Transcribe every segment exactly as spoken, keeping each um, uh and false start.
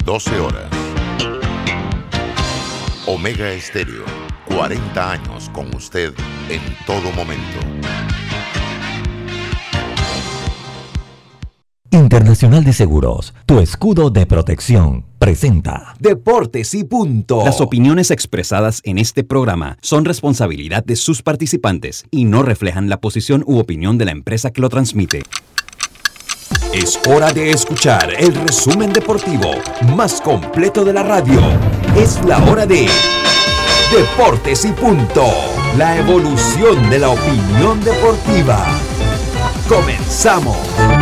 doce horas. Omega Estéreo, cuarenta años con usted en todo momento. Internacional de Seguros, tu escudo de protección, presenta Deportes y Punto. Las opiniones expresadas en este programa son responsabilidad de sus participantes y no reflejan la posición u opinión de la empresa que lo transmite. Es hora de escuchar el resumen deportivo más completo de la radio. Es la hora de Deportes y Punto. La evolución de la opinión deportiva. ¡Comenzamos!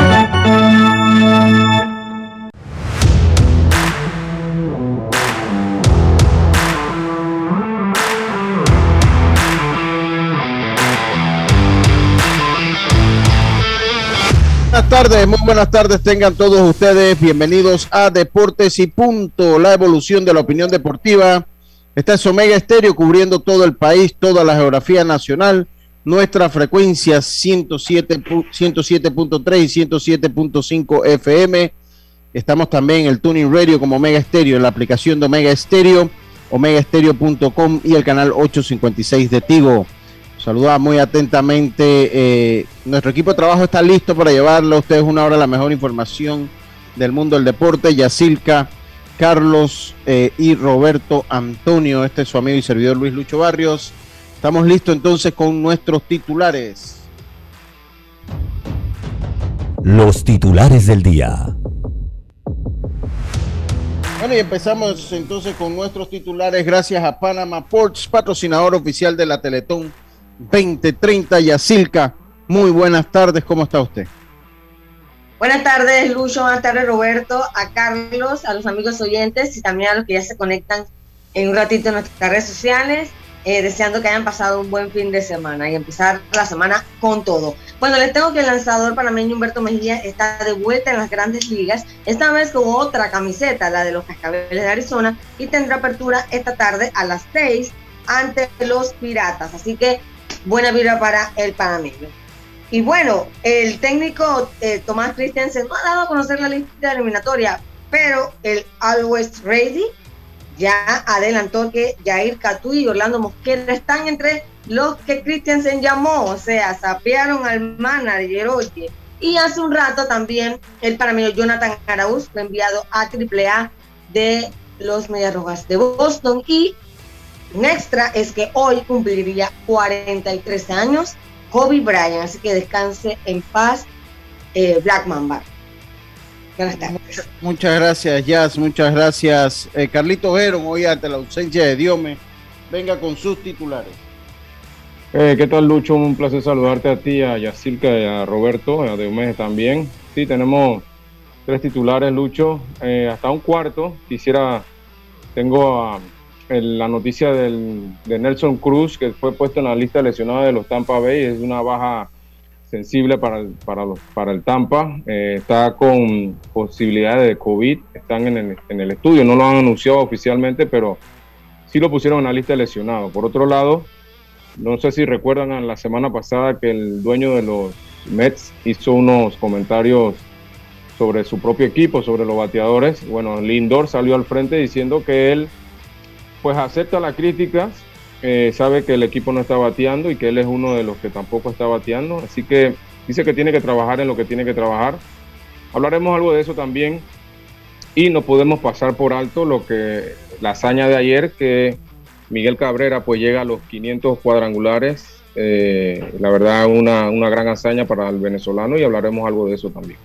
Buenas tardes, muy buenas tardes tengan todos ustedes, bienvenidos a Deportes y Punto, la evolución de la opinión deportiva. Esta es Omega Estéreo cubriendo todo el país, toda la geografía nacional, nuestra frecuencia ciento siete punto tres y ciento siete punto cinco F M. Estamos también en el Tuning Radio como Omega Estéreo, en la aplicación de Omega Estéreo, omega estéreo punto com y el canal ochocientos cincuenta y seis de Tigo. Saluda muy atentamente. Eh, nuestro equipo de trabajo está listo para llevarle a ustedes una hora la mejor información del mundo del deporte. Yacilca, Carlos eh, y Roberto Antonio. Este es su amigo y servidor Luis Lucho Barrios. Estamos listos entonces con nuestros titulares. Los titulares del día. Bueno, y empezamos entonces con nuestros titulares gracias a Panama Ports, patrocinador oficial de la Teletón veinte treinta. Yacilca, muy buenas tardes, ¿cómo está usted? Buenas tardes, Lucho, buenas tardes, Roberto, a Carlos, a los amigos oyentes y también a los que ya se conectan en un ratito en nuestras redes sociales, eh, deseando que hayan pasado un buen fin de semana y empezar la semana con todo. Bueno, les tengo que el lanzador panameño Humberto Mejía está de vuelta en las grandes ligas, esta vez con otra camiseta, la de los Cascabeles de Arizona, y tendrá apertura esta tarde a las seis ante los Piratas, así que buena vibra para el panameño. Y bueno, el técnico eh, Tomás Christensen no ha dado a conocer la lista eliminatoria, pero el Always Ready ya adelantó que Yair Catú y Orlando Mosquera están entre los que Christensen llamó, o sea, sapearon al manager, oye. Y hace un rato también el panameño Jonathan Arauz fue enviado a triple A de los Medias Rojas de Boston. Y un extra es que hoy cumpliría cuarenta y tres años Kobe Bryant, así que descanse en paz, eh, Black Mamba. Buenas tardes. Muchas, muchas gracias, Jazz, muchas gracias. Eh, Carlito Geron, hoy ante la ausencia de Diome, venga con sus titulares. Eh, ¿Qué tal, Lucho? Un placer saludarte a ti, a Yacilca y a Roberto, a Diomedes también. Sí, tenemos tres titulares, Lucho. Eh, hasta un cuarto, quisiera, tengo a... la noticia del, de Nelson Cruz, que fue puesto en la lista de lesionados de los Tampa Bay. Es una baja sensible para el, para los, para el Tampa. Eh, está con posibilidades de COVID. Están en el, en el estudio. No lo han anunciado oficialmente, pero sí lo pusieron en la lista de lesionados. Por otro lado, no sé si recuerdan la semana pasada que el dueño de los Mets hizo unos comentarios sobre su propio equipo, sobre los bateadores. Bueno, Lindor salió al frente diciendo que él pues acepta las críticas, eh, sabe que el equipo no está bateando y que él es uno de los que tampoco está bateando, así que dice que tiene que trabajar en lo que tiene que trabajar. Hablaremos algo de eso también y no podemos pasar por alto lo que la hazaña de ayer, que Miguel Cabrera pues llega a los quinientos cuadrangulares, eh, la verdad una, una gran hazaña para el venezolano y hablaremos algo de eso también.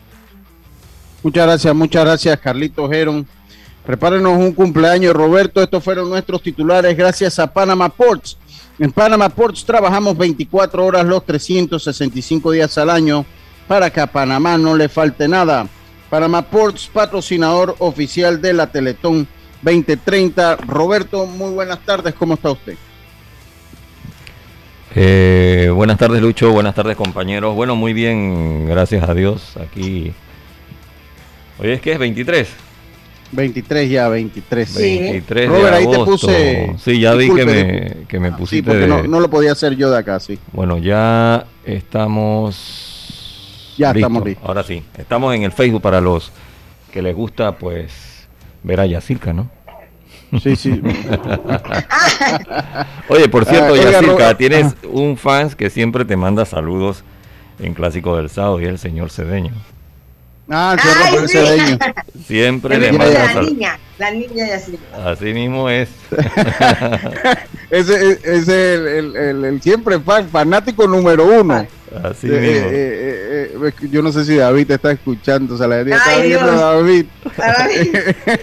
Muchas gracias, muchas gracias, Carlito Geron. Prepárenos un cumpleaños, Roberto. Estos fueron nuestros titulares gracias a Panama Ports. En Panama Ports trabajamos veinticuatro horas los trescientos sesenta y cinco días al año para que a Panamá no le falte nada. Panama Ports, patrocinador oficial de la Teletón veinte treinta. Roberto, muy buenas tardes. ¿Cómo está usted? Eh, buenas tardes, Lucho. Buenas tardes, compañeros. Bueno, muy bien, gracias a Dios. Aquí. Hoy es que es veintitrés. veintitrés ya, veintitrés. veintitrés Robert, de ahí agosto. te puse. Sí, ya disculpe, vi que disculpe. me, que me pusiste. Sí, porque de... no, no lo podía hacer yo de acá, sí. Bueno, ya estamos. Ya listos. estamos listos. Ahora sí, estamos en el Facebook para los que les gusta, pues, ver a Yacirca, ¿no? Sí, sí. Oye, por cierto, Ah, oiga, Yacirca, Ro- tienes Ajá. un fans que siempre te manda saludos en Clásico del Sábado y es el señor Cedeño. Ah, el señor Ay, Rafael sí. Cedeño. Siempre Me le gusta manda la saludos. niña, la niña y así. Así mismo es. Ese ese es el, el, el- el siempre fan, fanático número uno. Así Eh, mismo. eh, eh, eh, eh, yo no sé si David te está escuchando, o sea, la Ay, está viendo Dios. David. Ay,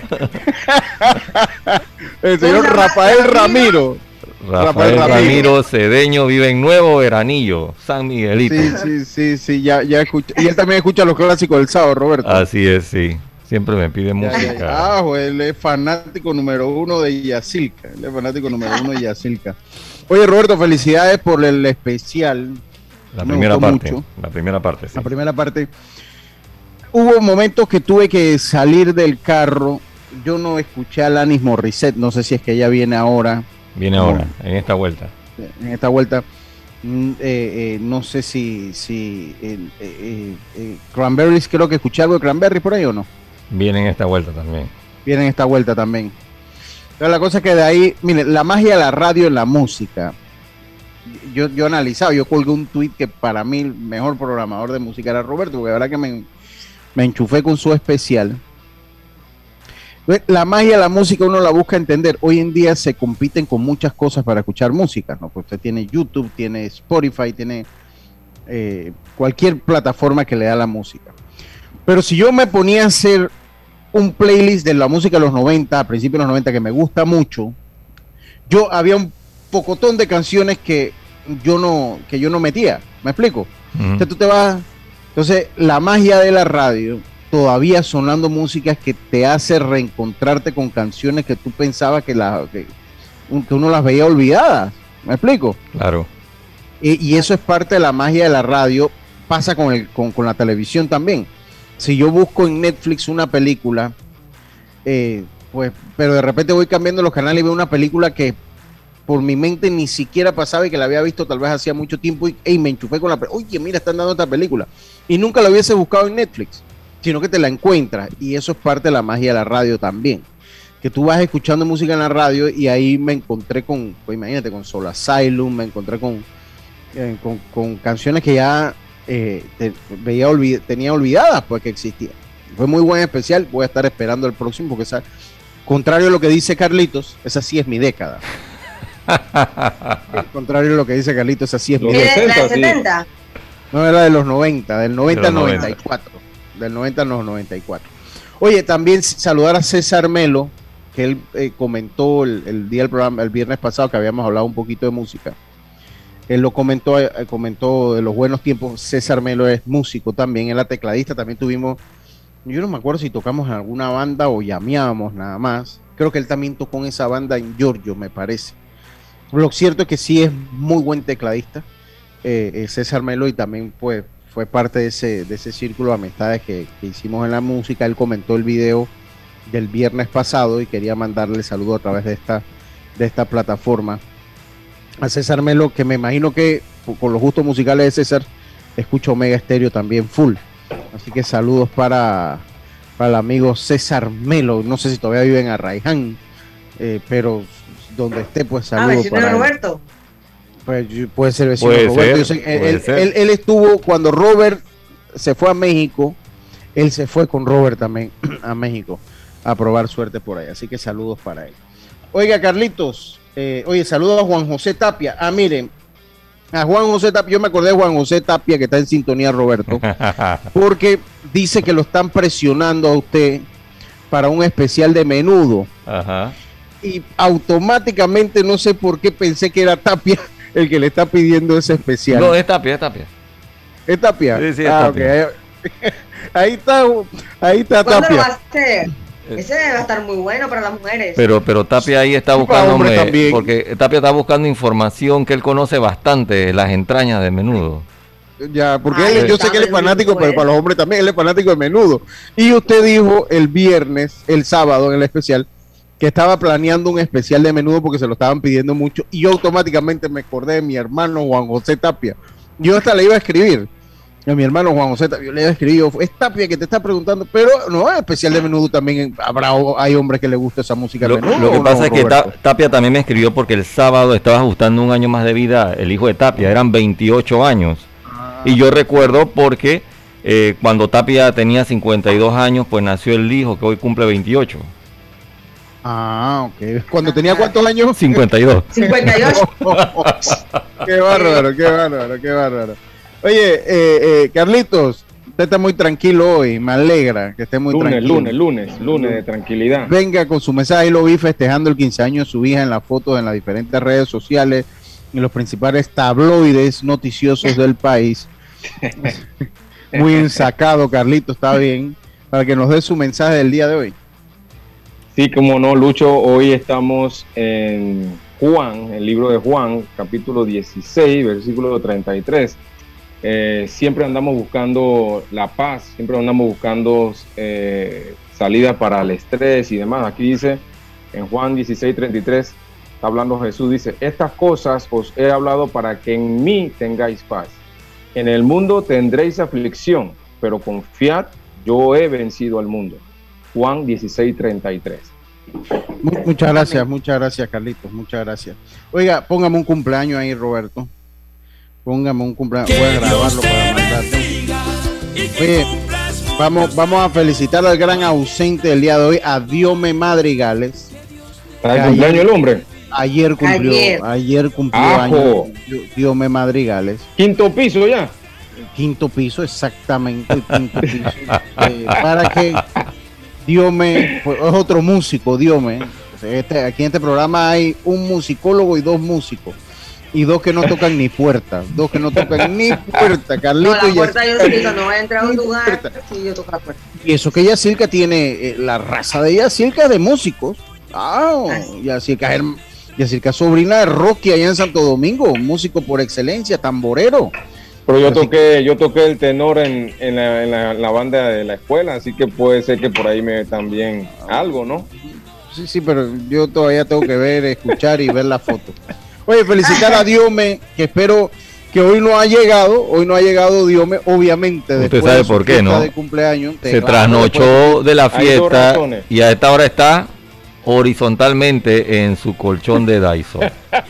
El señor ¿Cómo se llama? Rafael Ramiro. Ramiro. Rafael Rafael Ramiro Ramiro. Cedeño vive en Nuevo Veranillo, San Miguelito. Sí, sí, sí, sí, ya, ya escucha. Y él también escucha los clásicos del sábado, Roberto. Así es, sí. Siempre me pide Ya, ya, música. ya. Ah, pues él es fanático número uno de Yacilca. Él es fanático número uno de Yacilca. Oye, Roberto, felicidades por el especial. La Me primera gustó parte. mucho. La primera parte, sí. La primera parte. Hubo momentos que tuve que salir del carro. Yo no escuché a Alanis Morissette. No sé si es que ella viene ahora, Viene No. ahora, en esta vuelta. en esta vuelta. Mm, eh, eh, no sé si, si eh, eh, eh, Cranberries, creo que escuché algo de Cranberries por ahí o no. Viene en esta vuelta también. Viene en esta vuelta también. Pero la cosa es que de ahí, mire, la magia de la radio en la música. Yo, yo analizaba, yo colgué un tweet que para mí el mejor programador de música era Roberto, porque la verdad que me, me enchufé con su especial. La magia de la música uno la busca entender. Hoy en día se compiten con muchas cosas para escuchar música, ¿no? Pues usted tiene YouTube, tiene Spotify, tiene eh, cualquier plataforma que le da la música. Pero si yo me ponía a hacer un playlist de la música de los noventa, a principios de los noventa, que me gusta mucho, yo había un pocotón de canciones que yo no, que yo no metía. ¿Me explico? Ujú. Entonces tú te vas. Entonces, la magia de la radio, todavía sonando música que te hace reencontrarte con canciones que tú pensabas que, la, que, que uno las veía olvidadas. ¿Me explico? Claro. Y, y eso es parte de la magia de la radio. Pasa con, el, con, con la televisión también. Si yo busco en Netflix una película, eh, pues, pero de repente voy cambiando los canales y veo una película que por mi mente ni siquiera pasaba y que la había visto tal vez hacía mucho tiempo y ey, me enchufé con la película. Oye, mira, están dando esta película. Y nunca la hubiese buscado en Netflix, sino que te la encuentras. Y eso es parte de la magia de la radio también. Que tú vas escuchando música en la radio y ahí me encontré con, pues imagínate, con Soul Asylum, me encontré con, eh, con, con canciones que ya eh, te, veía olvid tenía olvidadas pues que existían. Fue muy buen especial, voy a estar esperando el próximo porque esa, contrario a lo que dice Carlitos, esa sí es mi década. Contrario a lo que dice Carlitos, esa sí es mi Los ¿Mire, década. la sesenta, de sí. setenta? No, era de los noventa, del noventa al De los noventa y cuatro. Del noventa al noventa y cuatro. Oye, también saludar a César Melo, que él eh, comentó el, el día del programa, el viernes pasado, que habíamos hablado un poquito de música. Él lo comentó, eh, comentó de los buenos tiempos. César Melo es músico también, él era tecladista. También tuvimos, yo no me acuerdo si tocamos en alguna banda o llameábamos nada más. Creo que él también tocó en esa banda en Giorgio, me parece. Lo cierto es que sí es muy buen tecladista. Eh, eh, César Melo, y también pues fue parte de ese, de ese círculo de amistades que, que hicimos en la música. Él comentó el video del viernes pasado y quería mandarle saludo a través de esta, de esta plataforma a César Melo, que me imagino que con los gustos musicales de César escucha Omega Estéreo también full. Así que saludos para, para el amigo César Melo. No sé si todavía vive en Arraiján, eh, pero donde esté, pues Ah, saludos vecino para de él. Roberto. Pues, puede ser vecino Puede de Roberto. ser, Yo sé- puede él, ser. él- él estuvo cuando Robert se fue a México, él se fue con Robert también a México a probar suerte por ahí. Así que saludos para él. Oiga, Carlitos, eh, oye, saludos a Juan José Tapia. Ah, miren, a Juan José Tapia, yo me acordé de Juan José Tapia, que está en sintonía, Roberto, porque dice que lo están presionando a usted para un especial de Menudo. Ajá. Y automáticamente, no sé por qué, pensé que era Tapia el que le está pidiendo ese especial. No, es Tapia, es Tapia. ¿Es Tapia? Sí, sí, es Ah, Tapia. ok. Ahí está, ahí está ¿Cuándo lo va a Tapia. hacer? Ese debe estar muy bueno para las mujeres. Pero, pero Tapia ahí está Sí, para buscando, hombres hombre, también. porque Tapia está buscando información que él conoce bastante, las entrañas de Menudo. Ya, porque Ay, él, yo sé que él es está fanático, muy pero bueno. para los hombres también, él es fanático de Menudo. Y usted dijo el viernes, el sábado en el especial, que estaba planeando un especial de Menudo porque se lo estaban pidiendo mucho. Y yo automáticamente me acordé de mi hermano Juan José Tapia. Yo hasta le iba a escribir. A mi hermano Juan José Tapia le escribió, es Tapia que te está preguntando, pero no, especial de Menudo también habrá, hay hombres que les gusta esa música. Lo, Menudo, lo que pasa no, es que Roberto? Ta, Tapia también me escribió porque el sábado estaba ajustando un año más de vida el hijo de Tapia, eran veintiocho años. Ah. Y yo recuerdo porque eh, cuando Tapia tenía cincuenta y dos años, pues nació el hijo que hoy cumple veintiocho. Ah, ok. ¿Cuando tenía cuántos años? cincuenta y dos. cincuenta y ocho. Qué bárbaro, qué bárbaro, qué bárbaro. Oye, eh, eh, Carlitos, usted está muy tranquilo hoy, me alegra que esté muy lunes, tranquilo. Lunes, lunes, lunes, lunes de tranquilidad. Venga con su mensaje, ahí lo vi festejando el quince años de su hija en las fotos en las diferentes redes sociales, en los principales tabloides noticiosos del país. Muy ensacado, Carlitos, está bien, para que nos dé su mensaje del día de hoy. Sí, como no, Lucho, hoy estamos en Juan, el libro de Juan, capítulo dieciséis, versículo treinta y tres. Eh, siempre andamos buscando la paz, siempre andamos buscando eh, salida para el estrés y demás. Aquí dice, en Juan dieciséis, treinta y tres, está hablando Jesús, dice, estas cosas os he hablado para que en mí tengáis paz. En el mundo tendréis aflicción, pero confiad, yo he vencido al mundo. Juan dieciséis, treinta y tres. Muchas gracias, muchas gracias, Carlitos, muchas gracias. Oiga, póngame un cumpleaños ahí, Roberto. Póngame un cumpleaños, voy a grabarlo para mandarte. Oye, vamos, vamos a felicitar al gran ausente del día de hoy, a Diome Madrigales. ¿Está de cumpleaños el hombre? Ayer cumplió, ayer, ayer cumplió años Diome Madrigales. Quinto piso ya. Quinto piso, exactamente, el quinto piso. eh, para que Diome, pues, es otro músico, Diome. Este, aquí en este programa hay un musicólogo y dos músicos. Y dos que no tocan ni puerta, dos que no tocan ni puerta, Carlito. No, la puerta yo sí, cuando voy a entrar a un lugar, sí, yo toco la puerta. Y eso que Yacirca tiene, eh, la raza de Yacirca de músicos. Ah, Yacirca, Yacirca sobrina de Rocky allá en Santo Domingo, músico por excelencia, tamborero. Pero yo toqué, yo toqué el tenor en, en, la, en la, la banda de la escuela, así que puede ser que por ahí me también algo, ¿no? Sí, sí, pero yo todavía tengo que ver, escuchar y ver la foto. Oye, felicitar a Diome, que espero que hoy no ha llegado, hoy no ha llegado Diome, obviamente. Usted sabe por qué, ¿no? De cumpleaños, se trasnochó de la fiesta y a esta hora está horizontalmente en su colchón de Daiso.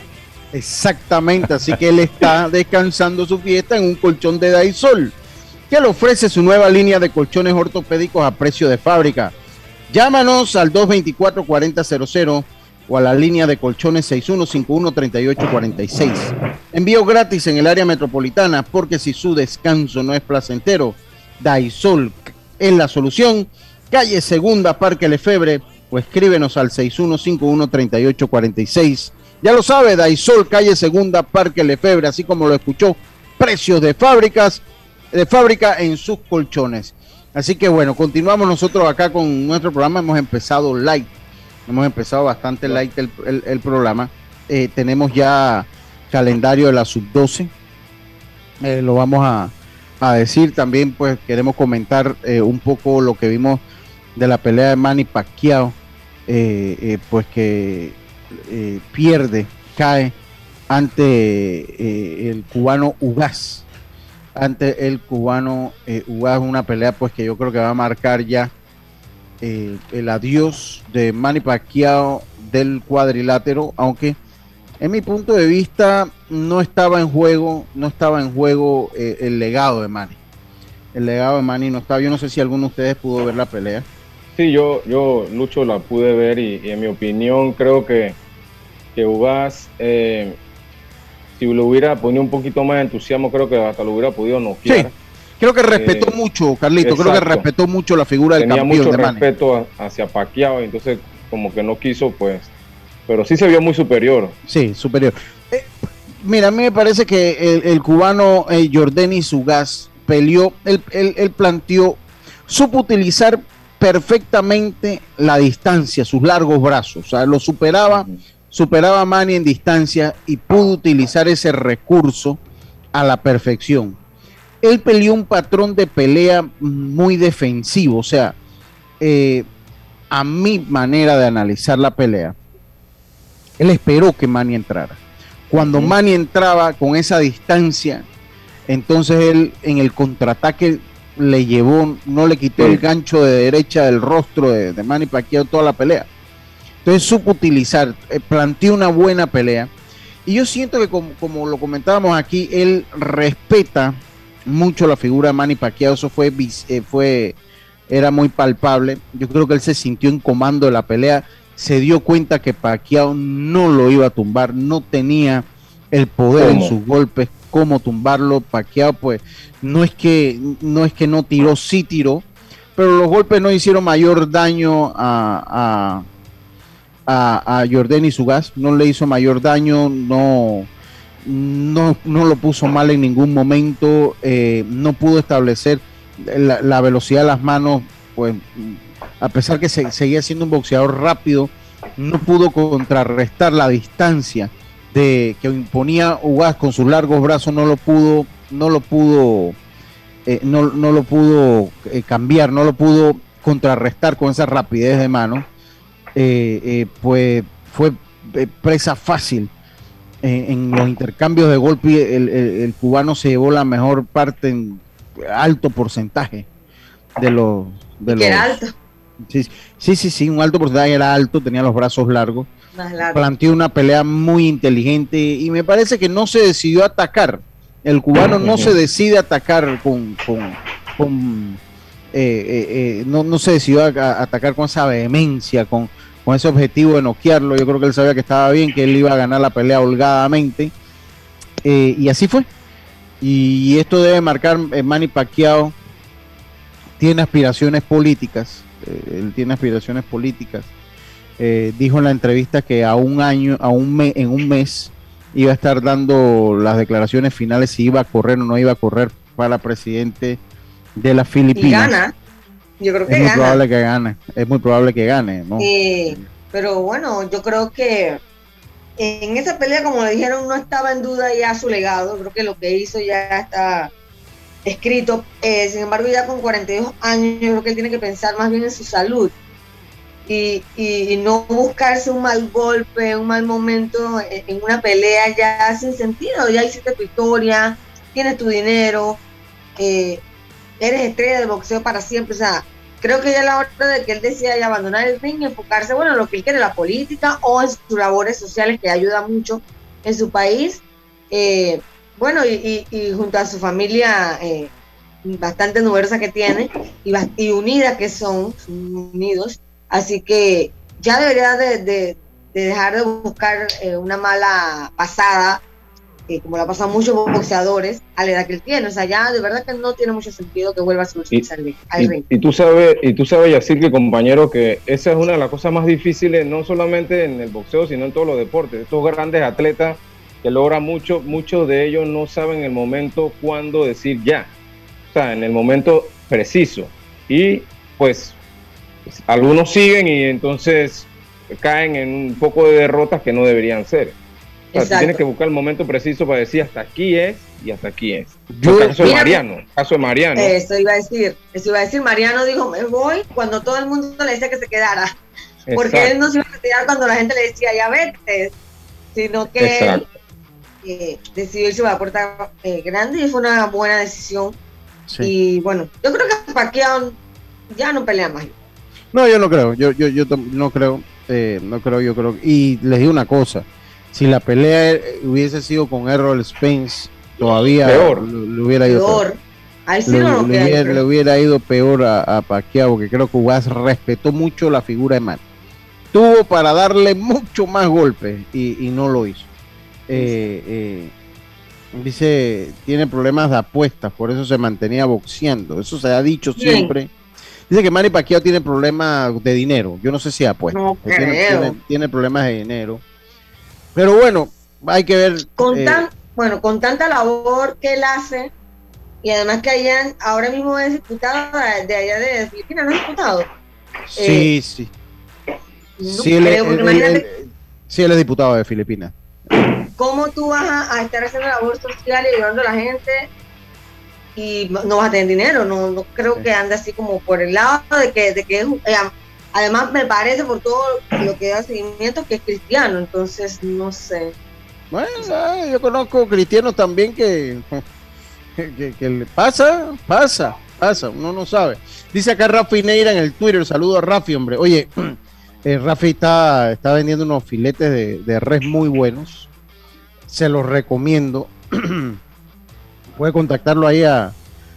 Exactamente, así que él está descansando su fiesta en un colchón de Daisol, que le ofrece su nueva línea de colchones ortopédicos a precio de fábrica. Llámanos al dos veinticuatro, cuarenta cero cero o a la línea de colchones seis uno cinco uno, tres ocho cuatro seis. Envío gratis en el área metropolitana, porque si su descanso no es placentero, Daisol es la solución. Calle Segunda, Parque Lefebvre, o escríbenos al seis uno cinco uno, tres ocho cuatro seis. Ya lo sabe, Daisol, Calle Segunda, Parque Lefebvre, así como lo escuchó, precios de fábricas, de fábrica en sus colchones. Así que bueno, continuamos nosotros acá con nuestro programa. Hemos empezado light. Hemos empezado bastante light el, el, el programa. Eh, tenemos ya calendario de la sub doce. Eh, lo vamos a, a decir. También pues queremos comentar eh, un poco lo que vimos de la pelea de Manny Pacquiao. Eh, eh, pues que eh, pierde, cae ante eh, el cubano Ugas. Ante el cubano eh, Ugas, una pelea pues que yo creo que va a marcar ya Eh, el adiós de Manny Pacquiao del cuadrilátero, aunque en mi punto de vista no estaba en juego, no estaba en juego eh, el legado de Manny. El legado de Manny no estaba. Yo no sé si alguno de ustedes pudo ver la pelea. Sí, yo, yo Lucho, la pude ver y, y en mi opinión creo que, que Ugas, eh, si lo hubiera ponido un poquito más de entusiasmo, creo que hasta lo hubiera podido noquear. Sí. Creo que respetó eh, mucho, Carlito, exacto. Creo que respetó mucho la figura del Tenía campeón. Tenía mucho de respeto a, hacia Pacquiao, entonces como que no quiso, pues, pero sí se vio muy superior. Sí, superior. Eh, mira, a mí me parece que el, el cubano eh, Yordenis Ugas peleó, él, él, él planteó, supo utilizar perfectamente la distancia, sus largos brazos, o sea, lo superaba, uh-huh. superaba a Manny en distancia y pudo utilizar ese recurso a la perfección. Él peleó un patrón de pelea muy defensivo, o sea, eh, a mi manera de analizar la pelea, él esperó que Manny entrara. Cuando uh-huh. Manny entraba con esa distancia, Entonces él en el contraataque le llevó, no le quitó el gancho de derecha del rostro de, de Manny Pacquiao toda la pelea. Entonces supo utilizar, eh, planteó una buena pelea. Y yo siento que como, como lo comentábamos aquí, él respeta mucho la figura de Manny Pacquiao. Eso fue, eh, fue, era muy palpable. Yo creo que él se sintió en comando de la pelea. Se dio cuenta que Pacquiao no lo iba a tumbar, no tenía el poder ¿Cómo? en sus golpes, cómo tumbarlo. Pacquiao pues no es que no es que no tiró, sí tiró, pero los golpes no hicieron mayor daño a, a, a, a Yordenis Ugas, no le hizo mayor daño, no, no, no lo puso mal en ningún momento, eh, no pudo establecer la, la velocidad de las manos, pues a pesar que se, seguía siendo un boxeador rápido, no pudo contrarrestar la distancia de que imponía Ugas con sus largos brazos, no lo pudo, no lo pudo, eh, no, no lo pudo eh, cambiar, no lo pudo contrarrestar con esa rapidez de mano, eh, eh, pues fue eh, presa fácil eh, en los intercambios de golpe. El, el, el cubano se llevó la mejor parte en alto porcentaje de los, de los, era alto. Sí, sí, sí, sí, un alto porcentaje, era alto, tenía los brazos largos. Planteó una pelea muy inteligente y me parece que no se decidió a atacar. El cubano no se decide a atacar con, con, con eh, eh, eh, no, no se decidió a, a atacar con esa vehemencia, con, con ese objetivo de noquearlo. Yo creo que él sabía que estaba bien, que él iba a ganar la pelea holgadamente, eh, y así fue. Y, y esto debe marcar, eh, Manny Pacquiao tiene aspiraciones políticas, eh, él tiene aspiraciones políticas. Eh, dijo en la entrevista que a un año, a un mes, en un mes iba a estar dando las declaraciones finales si iba a correr o no iba a correr para presidente de las Filipinas. Y gana, yo creo que es muy gana. probable que gane, es muy probable que gane, ¿no? Eh, pero bueno, yo creo que en esa pelea, como le dijeron, no estaba en duda ya su legado. Creo que lo que hizo ya está escrito. Eh, sin embargo, ya con cuarenta y dos años, yo creo que él tiene que pensar más bien en su salud. Y, y, y no buscarse un mal golpe, un mal momento en, en una pelea ya sin sentido. Ya hiciste tu historia, tienes tu dinero, eh, eres estrella de boxeo para siempre. O sea, creo que ya es la hora de que él decida ya abandonar el ring y enfocarse, bueno, en lo que él quiere, la política o en sus labores sociales, que ayuda mucho en su país. Eh, bueno, y, y, y junto a su familia eh, bastante numerosa que tiene y, y unidas que son, son unidos. Así que ya debería de, de, de dejar de buscar eh, una mala pasada, eh, como la pasan muchos boxeadores, a la edad que él tiene. O sea, ya de verdad que no tiene mucho sentido que vuelva a subir al, al ring. Y, y tú sabes, y tú sabes, Yacir, que compañero, que esa es una de las cosas más difíciles, no solamente en el boxeo, sino en todos los deportes. Estos grandes atletas que logran mucho, muchos de ellos no saben en el momento cuándo decir ya. O sea, en el momento preciso. Y pues algunos siguen y entonces caen en un poco de derrotas que no deberían ser. O sea, tú tienes que buscar el momento preciso para decir hasta aquí es y hasta aquí es. Yo, el caso de Mariano, el caso de Mariano. Eso iba a decir, eso iba a decir, Mariano dijo, me voy cuando todo el mundo le decía que se quedara. Exacto. Porque él no se iba a retirar cuando la gente le decía, ya vete, sino que Exacto. él eh, decidió irse a la puerta eh, grande y fue una buena decisión. Sí. Y bueno, yo creo que Pacquiao ya no pelea más. No, yo no creo, yo yo yo no creo, eh, no creo, yo creo. Y les digo una cosa, si la pelea hubiese sido con Errol Spence, todavía peor. Le, le hubiera ido peor. peor. Ahí sí le, no lo le, hubiera, le hubiera ido peor a, a Pacquiao, porque creo que Ugas respetó mucho la figura de Manny. Tuvo para darle mucho más golpes y, y no lo hizo. Eh, eh, dice, tiene problemas de apuestas, por eso se mantenía boxeando. Eso se ha dicho Bien. siempre. Dice que Manny Pacquiao tiene problemas de dinero. Yo no sé si apuesta. No tiene, creo. Tiene, tiene problemas de dinero. Pero bueno, hay que ver. Con eh, tan, bueno, con tanta labor que él hace, y además que allá, ahora mismo es diputado de allá de Filipinas, ¿no es diputado? Sí, eh, sí. No sí, él, creo, él, él, él, sí, él es diputado de Filipinas. ¿Cómo tú vas a, a estar haciendo labor social y ayudando a la gente y no vas a tener dinero? No, no creo sí. que ande así como por el lado de que, de que es, eh, además me parece por todo lo que da seguimiento que es cristiano, entonces no sé. Bueno, yo conozco cristianos también que que, que le pasa, pasa, pasa, uno no sabe. Dice acá Rafi Neira en el Twitter, saludo a Rafi, hombre. Oye, eh, Rafi está, está vendiendo unos filetes de, de res muy buenos, se los recomiendo. Puede contactarlo ahí a,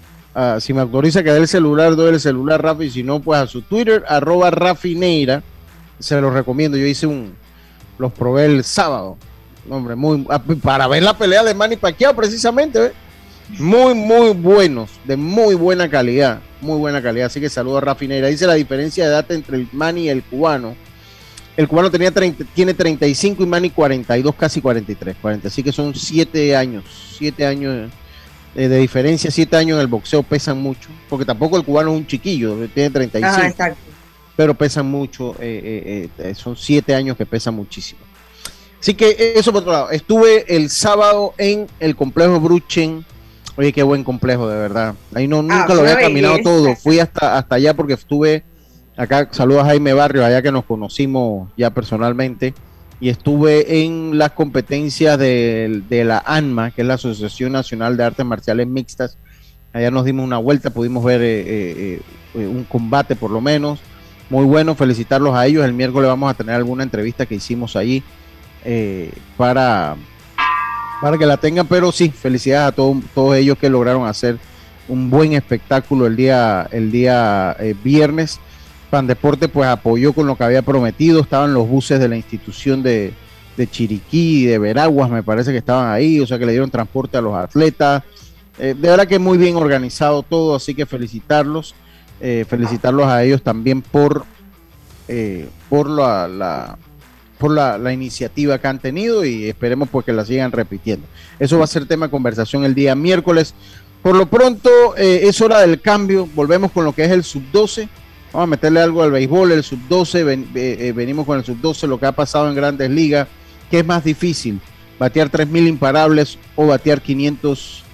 a, si me autoriza que dé el celular, doy el celular Rafi, si no, pues a su Twitter, arroba Rafi Neira, se los recomiendo. Yo hice un, los probé el sábado, hombre, muy, para ver la pelea de Manny Pacquiao precisamente, ¿eh? Muy, muy buenos, de muy buena calidad, muy buena calidad, así que saludo a Rafi Neira. Dice la diferencia de edad entre el Manny y el cubano. El cubano tenía treinta, tiene treinta y cinco y Manny cuarenta y dos, casi cuarenta y tres, cuarenta, así que son siete años, siete años eh, de diferencia, siete años en el boxeo pesan mucho, porque tampoco el cubano es un chiquillo, tiene treinta y cinco, ah, exacto, pero pesan mucho, eh, eh, eh, son siete años que pesan muchísimo. Así que eso por otro lado. Estuve el sábado en el complejo Bruchen. Oye, qué buen complejo, de verdad. Ahí no, nunca ah, lo había caminado belleza. todo. Fui hasta, hasta allá porque estuve acá. Saludos a Jaime Barrios, allá que nos conocimos ya personalmente. Y estuve en las competencias de, de la ANMA, que es la Asociación Nacional de Artes Marciales Mixtas. Allá nos dimos una vuelta, pudimos ver eh, eh, eh, un combate por lo menos. Muy bueno, felicitarlos a ellos. El miércoles vamos a tener alguna entrevista que hicimos allí eh, para... para que la tengan, pero sí, felicidades a todos, todos ellos que lograron hacer un buen espectáculo el día, el día eh, viernes. Pandeporte pues apoyó con lo que había prometido, estaban los buses de la institución de, de Chiriquí y de Veraguas, me parece que estaban ahí, o sea que le dieron transporte a los atletas, eh, de verdad que muy bien organizado todo, así que felicitarlos, eh, felicitarlos a ellos también por, eh, por la... la por la, la iniciativa que han tenido y esperemos pues que la sigan repitiendo. Eso va a ser tema de conversación el día miércoles. Por lo pronto eh, es hora del cambio, volvemos con lo que es el sub doce, vamos a meterle algo al béisbol, el sub doce, ven, eh, venimos con el sub doce, lo que ha pasado en Grandes Ligas, ¿qué es más difícil? ¿Batear tres mil imparables o batear quinientos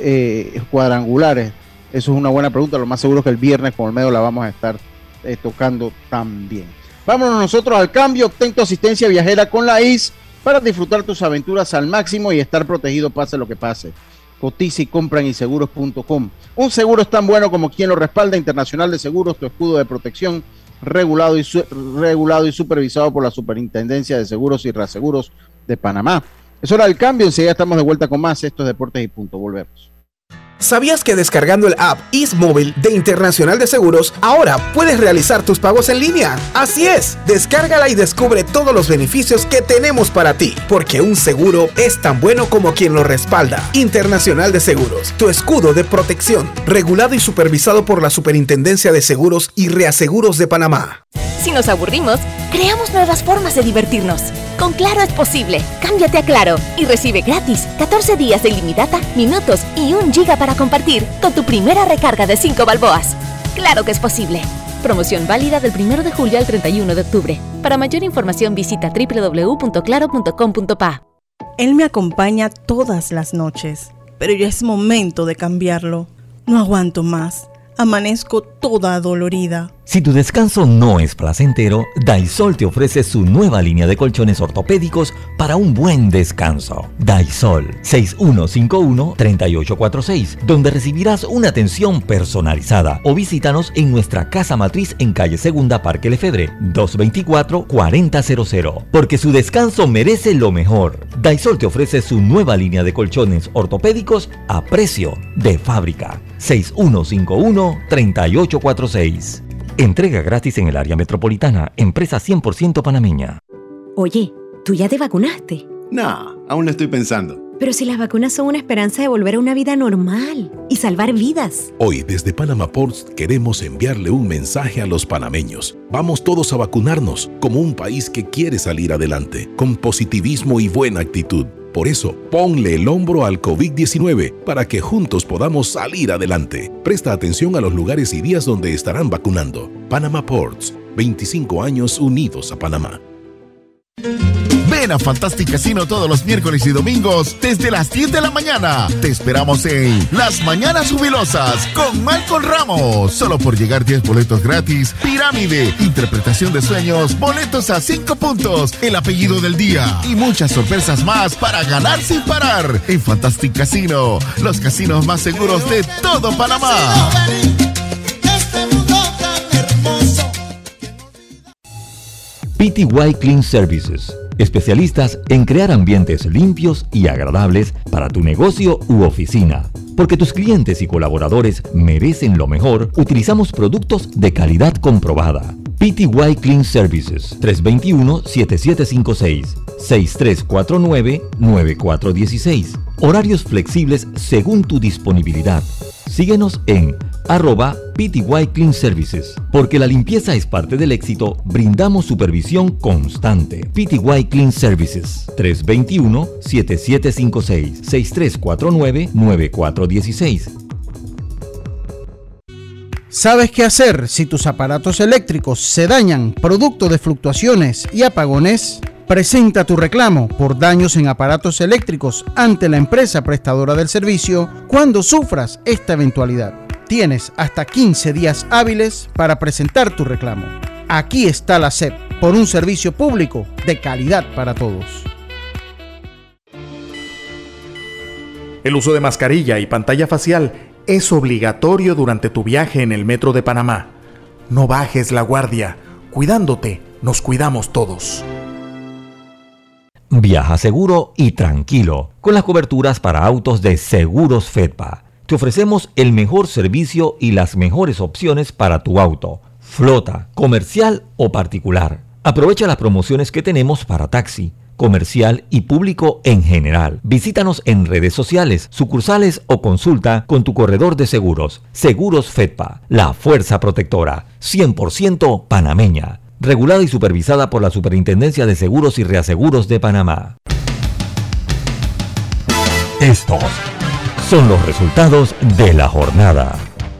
eh, cuadrangulares? Eso es una buena pregunta, lo más seguro es que el viernes con Olmedo la vamos a estar eh, tocando también. Vámonos nosotros al cambio, obtén tu asistencia viajera con la I S para disfrutar tus aventuras al máximo y estar protegido pase lo que pase. Cotiza y compra en inseguros punto com. Un seguro es tan bueno como quien lo respalda. Internacional de Seguros, tu escudo de protección, regulado y, su regulado y supervisado por la Superintendencia de Seguros y Reaseguros de Panamá. Es hora del cambio, enseguida estamos de vuelta con más. Esto es Deportes y Punto, volvemos. ¿Sabías que descargando el app ISMóvil de Internacional de Seguros, ahora puedes realizar tus pagos en línea? Así es, descárgala y descubre todos los beneficios que tenemos para ti, porque un seguro es tan bueno como quien lo respalda. Internacional de Seguros, tu escudo de protección, regulado y supervisado por la Superintendencia de Seguros y Reaseguros de Panamá. Si nos aburrimos, creamos nuevas formas de divertirnos. Con Claro es posible. Cámbiate a Claro y recibe gratis catorce días de ilimitada, minutos y un giga para compartir con tu primera recarga de cinco balboas. Claro que es posible. Promoción válida del primero de julio al treinta y uno de octubre. Para mayor información visita doble u doble u doble u punto claro punto com punto pa. Él me acompaña todas las noches, pero ya es momento de cambiarlo. No aguanto más. Amanezco toda adolorida. Si tu descanso no es placentero, Daisol te ofrece su nueva línea de colchones ortopédicos para un buen descanso. Daisol seis uno cinco uno, tres ocho cuatro seis, donde recibirás una atención personalizada. O visítanos en nuestra casa matriz en calle Segunda, Parque Lefebvre, dos veinticuatro, cuarenta cero cero. Porque su descanso merece lo mejor. Daisol te ofrece su nueva línea de colchones ortopédicos a precio de fábrica. seis uno cinco uno, tres ocho cuatro seis. Entrega gratis en el área metropolitana. Empresa cien por ciento panameña. Oye, ¿tú ya te vacunaste? No, aún lo estoy pensando. Pero si las vacunas son una esperanza de volver a una vida normal y salvar vidas. Hoy desde Panama Ports queremos enviarle un mensaje a los panameños. Vamos todos a vacunarnos como un país que quiere salir adelante, con positivismo y buena actitud. Por eso, ponle el hombro al COVID diecinueve para que juntos podamos salir adelante. Presta atención a los lugares y días donde estarán vacunando. Panama Ports, veinticinco años unidos a Panamá. Ven Ven a Fantastic Casino todos los miércoles y domingos desde las diez de la mañana. Te esperamos en Las Mañanas Jubilosas con Malcolm Ramos. Solo por llegar diez boletos gratis. Pirámide, interpretación de sueños, boletos a cinco puntos, el apellido del día y muchas sorpresas más para ganar sin parar. En Fantastic Casino, los casinos más seguros de todo Panamá. P T Y Clean Services, especialistas en crear ambientes limpios y agradables para tu negocio u oficina. Porque tus clientes y colaboradores merecen lo mejor, utilizamos productos de calidad comprobada. P T Y Clean Services, tres dos uno, siete siete cinco seis, seis tres cuatro nueve, nueve cuatro uno seis. Horarios flexibles según tu disponibilidad. Síguenos en arroba P T Y Clean Services. Porque la limpieza es parte del éxito, brindamos supervisión constante. P T Y Clean Services, tres dos uno, siete siete cinco seis, seis tres cuatro nueve, nueve cuatro uno seis. ¿Sabes qué hacer si tus aparatos eléctricos se dañan producto de fluctuaciones y apagones? Presenta tu reclamo por daños en aparatos eléctricos ante la empresa prestadora del servicio cuando sufras esta eventualidad. Tienes hasta quince días hábiles para presentar tu reclamo. Aquí está la S E P, por un servicio público de calidad para todos. El uso de mascarilla y pantalla facial es obligatorio durante tu viaje en el Metro de Panamá. No bajes la guardia. Cuidándote, nos cuidamos todos. Viaja seguro y tranquilo con las coberturas para autos de Seguros Fedpa. Te ofrecemos el mejor servicio y las mejores opciones para tu auto, flota, comercial o particular. Aprovecha las promociones que tenemos para taxi, comercial y público en general. Visítanos en redes sociales, sucursales o consulta con tu corredor de seguros. Seguros Fedpa, la fuerza protectora, cien por ciento panameña. Regulada y supervisada por la Superintendencia de Seguros y Reaseguros de Panamá. Estos son los resultados de la jornada.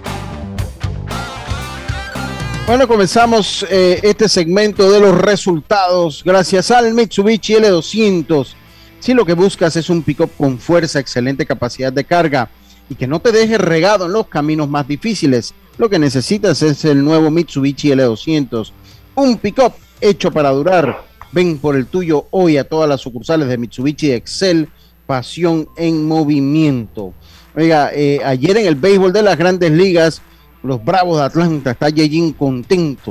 Bueno, comenzamos eh, este segmento de los resultados gracias al Mitsubishi L doscientos. Si lo que buscas es un pick-up con fuerza, excelente capacidad de carga y que no te deje regado en los caminos más difíciles, lo que necesitas es el nuevo Mitsubishi L doscientos. Un pick-up hecho para durar. Ven por el tuyo hoy a todas las sucursales de Mitsubishi Excel, pasión en movimiento. Oiga, eh, ayer en el béisbol de las Grandes Ligas, los Bravos de Atlanta, está Yejin contento.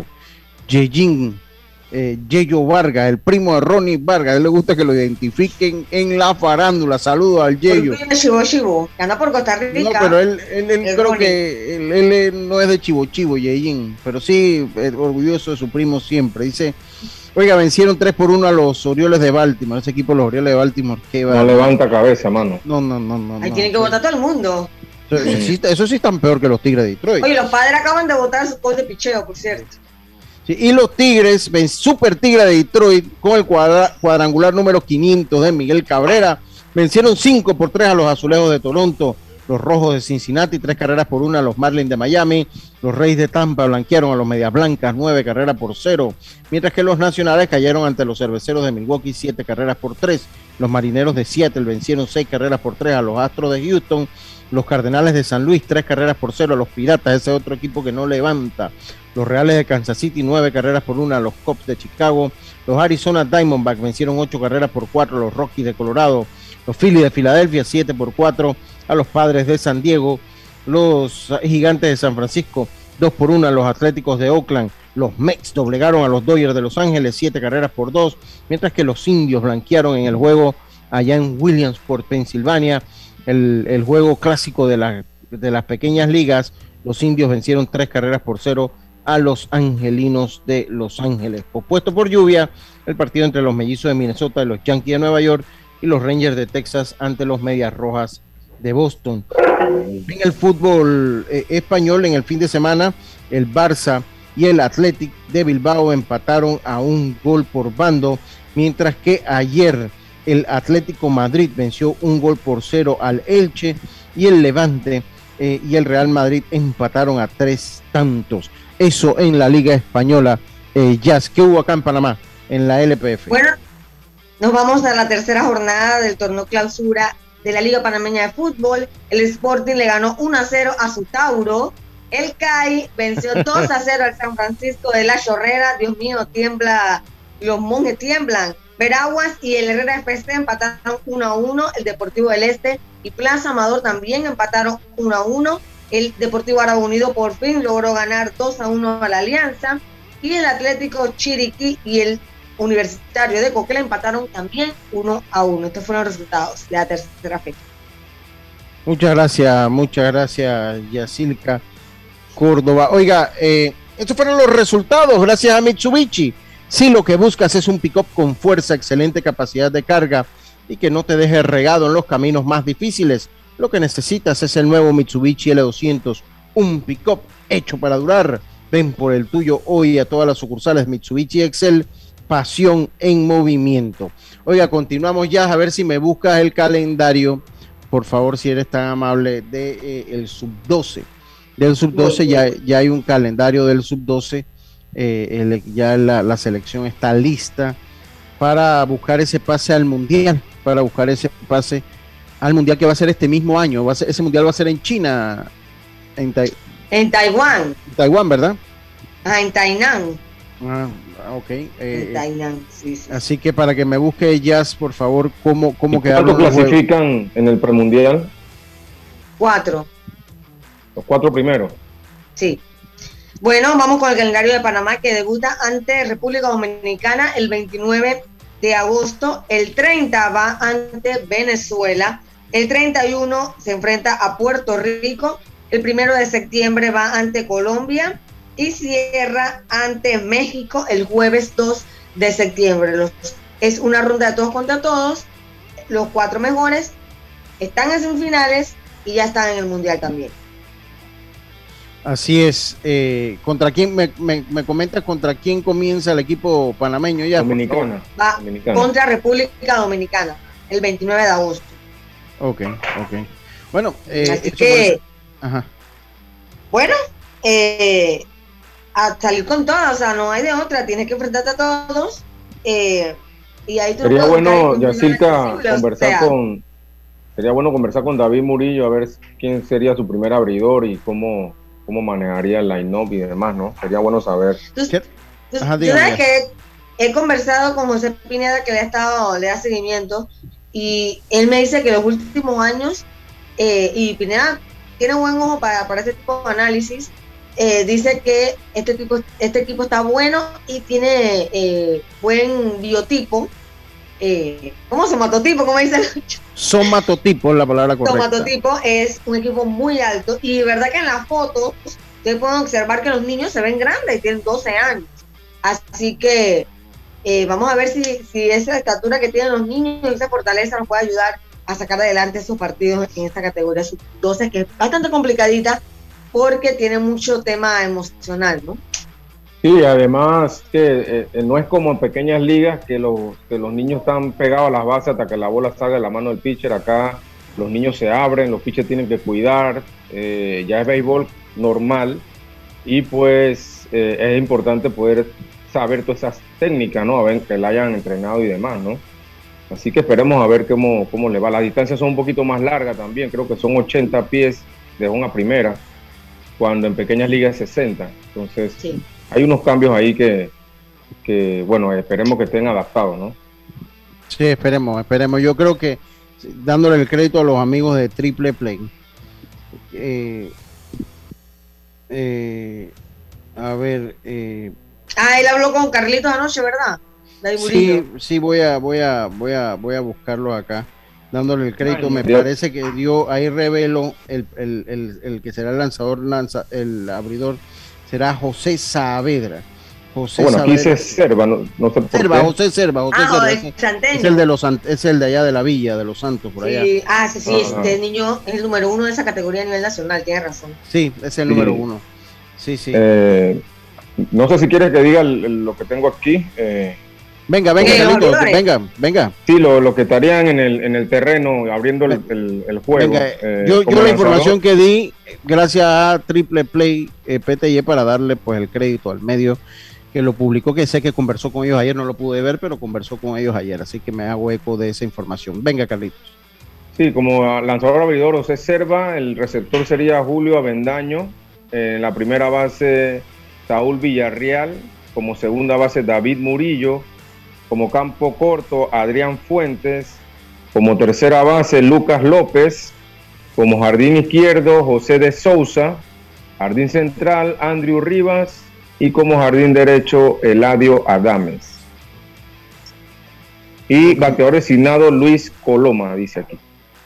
Yejin, eh, Yeyo Vargas, el primo de Ronnie Vargas, a él le gusta que lo identifiquen en la farándula. Saludos al Yeyo. Chivo Chivo, que anda por Costa Rica. No, pero él, él, él creo Ronnie. que él, él, él no es de Chivo Chivo, Yejin, pero sí eh, orgulloso de su primo siempre. Dice, oiga, vencieron tres por uno a los Orioles de Baltimore. Ese equipo, los Orioles de Baltimore, que va. No levanta cabeza, mano. No, no, no, no. Ahí no, tienen que sí. votar todo el mundo. Eso, sí, eso sí están peor que los Tigres de Detroit. Oye, los Padres acaban de votar su coach de picheo, por cierto. Sí, y los Tigres, ven Super Tigre de Detroit con el cuadra, cuadrangular número quinientos de Miguel Cabrera, vencieron cinco por tres a los Azulejos de Toronto. Los Rojos de Cincinnati, tres carreras por una a los Marlins de Miami. Los Reyes de Tampa blanquearon a los Medias Blancas, nueve carreras por cero. Mientras que los Nacionales cayeron ante los Cerveceros de Milwaukee, siete carreras por tres. Los Marineros de Seattle vencieron seis carreras por tres a los Astros de Houston. Los Cardenales de San Luis, tres carreras por cero a los Piratas, ese otro equipo que no levanta. Los Reales de Kansas City, nueve carreras por una a los Cubs de Chicago. Los Arizona Diamondbacks vencieron ocho carreras por cuatro a los Rockies de Colorado. Los Phillies de Filadelfia, siete por cuatro a los Padres de San Diego. Los Gigantes de San Francisco, dos por uno a los Atléticos de Oakland. Los Mets doblegaron a los Dodgers de Los Ángeles, siete carreras por dos, mientras que los Indios blanquearon en el juego allá en Williamsport, Pensilvania, el, el juego clásico de, la, de las pequeñas ligas. Los Indios vencieron tres carreras por cero a los Angelinos de Los Ángeles. Pospuesto por lluvia, el partido entre los Mellizos de Minnesota y los Yankees de Nueva York y los Rangers de Texas ante los Medias Rojas de Boston. En el fútbol eh, español, en el fin de semana, el Barça y el Athletic de Bilbao empataron a un gol por bando, mientras que ayer el Atlético Madrid venció un gol por cero al Elche y el Levante eh, y el Real Madrid empataron a tres tantos. Eso en la Liga Española. eh, Jazz, ¿qué hubo acá en Panamá, en la L P F? Bueno, Nos vamos a la tercera jornada del torneo clausura de la Liga Panameña de Fútbol. El Sporting le ganó uno a cero a su Tauro. El C A I venció dos a cero al San Francisco de la Chorrera. Dios mío, tiembla, los monjes tiemblan. Veraguas y el Herrera F C empataron uno a uno. El Deportivo del Este y Plaza Amador también empataron uno a uno. El Deportivo Árabe Unido por fin logró ganar dos a uno a la Alianza. Y el Atlético Chiriquí y el Universitario de Coquel empataron también uno a uno. Estos fueron los resultados de la tercera fecha. Muchas gracias, muchas gracias, Yacilca Córdoba. Oiga, eh, estos fueron los resultados gracias a Mitsubishi. Si lo que buscas es un pick-up con fuerza, excelente capacidad de carga y que no te deje regado en los caminos más difíciles, lo que necesitas es el nuevo Mitsubishi L doscientos, un pick-up hecho para durar. Ven por el tuyo hoy a todas las sucursales Mitsubishi Excel, pasión en movimiento. Oiga, continuamos ya, a ver si me buscas el calendario, por favor, si eres tan amable, de eh, el sub doce. Del sub doce ya, ya hay un calendario del sub doce. Eh, el, ya la, la selección está lista para buscar ese pase al mundial, para buscar ese pase al mundial que va a ser este mismo año. Va a ser, ese mundial va a ser en China, en, tai, en Taiwán. En Taiwán, ¿verdad? Ah, en Tainan. Ah, ok. Eh, en Tainan, sí, sí. Así que para que me busque Jazz, por favor, cómo, cómo quedaron. ¿Cuánto clasifican en el premundial? Cuatro. Los cuatro primeros. Sí. Bueno, vamos con el calendario de Panamá, que debuta ante República Dominicana el veintinueve de agosto. El treinta va ante Venezuela. El treinta y uno se enfrenta a Puerto Rico. El primero de septiembre va ante Colombia. Y cierra ante México el jueves dos de septiembre. Los, es una ronda de todos contra todos. Los cuatro mejores están en semifinales y ya están en el Mundial también. Así es. Eh, ¿Contra quién me, me, me comentas contra quién comienza el equipo panameño ya? Dominicana. Va Dominicana. Contra República Dominicana el veintinueve de agosto. Ok, ok. Bueno, eh, así que, ajá. Bueno, eh, a salir con todo, o sea, no hay de otra, tienes que enfrentarte a todos. Eh, y ahí tú sería no bueno, Yacilca, posible, conversar o sea, con, sería bueno conversar con David Murillo a ver quién sería su primer abridor y cómo, cómo manejaría el line-up y demás, ¿no? Sería bueno saber. Tú, tú, Ajá, tú sabes que he conversado con José Pineda, que le ha estado, le da seguimiento, y él me dice que los últimos años, eh, y Pineda tiene buen ojo para, para ese tipo de análisis. Eh, dice que este tipo, este equipo está bueno y tiene eh, buen biotipo. Eh, ¿Cómo somatotipo? ¿Cómo dice? Somatotipo es la palabra correcta. Somatotipo es un equipo muy alto y de verdad que en las fotos ustedes pueden observar que los niños se ven grandes y tienen doce años. Así que eh, vamos a ver si, si esa estatura que tienen los niños y esa fortaleza nos puede ayudar a sacar adelante esos partidos en esta categoría sub doce, que es bastante complicadita porque tiene mucho tema emocional, ¿no? Sí, además que eh, no es como en pequeñas ligas que los, que los niños están pegados a las bases hasta que la bola salga de la mano del pitcher. Acá los niños se abren, los pitchers tienen que cuidar, eh, ya es béisbol normal y pues eh, es importante poder saber todas esas técnicas, ¿no? A ver que la hayan entrenado y demás, ¿no? Así que esperemos a ver cómo, cómo le va. Las distancias son un poquito más largas también, creo que son ochenta pies de una primera, cuando en pequeñas ligas es sesenta. Entonces, sí, hay unos cambios ahí que, que, bueno, esperemos que estén adaptados, ¿no? Sí, esperemos, esperemos. Yo creo que, dándole el crédito a los amigos de Triple Play, eh, eh, a ver... Eh, ah, él habló con Carlitos anoche, ¿verdad? Sí, sí, voy a, voy a, voy a, voy a buscarlo acá, dándole el crédito. Me parece que dio, ahí reveló el, el, el, el que será el lanzador, lanza, el abridor, será José Saavedra. José bueno, Saavedra. aquí dice Serva, no, no sé por Serva, qué. José Serva, José ah, Serva. Es, es el de los, es el de allá de la Villa, de los Santos, por sí, allá. Ah, sí, sí, ah, este niño es el número uno de esa categoría a nivel nacional, tienes razón. Sí, es el sí. número uno. Sí, sí. Eh, no sé si quieres que diga el, el, lo que tengo aquí. Eh, Venga, venga, sí, Carlito, venga, venga. Sí, lo, lo que estarían en el, en el terreno, abriendo el, el, el juego. Venga, eh, yo yo la información que di, gracias a Triple Play eh, P T Y, para darle pues el crédito al medio, que lo publicó, que sé que conversó con ellos ayer, no lo pude ver, pero conversó con ellos ayer, así que me hago eco de esa información. Venga, Carlitos. Sí, como lanzador abridor José Serva, el receptor sería Julio Avendaño, en la primera base Saúl Villarreal, como segunda base David Murillo, como campo corto Adrián Fuentes, como tercera base Lucas López, como jardín izquierdo José de Souza, jardín central Andrew Rivas y como jardín derecho Eladio Adames. Y bateador designado Luis Coloma, dice aquí.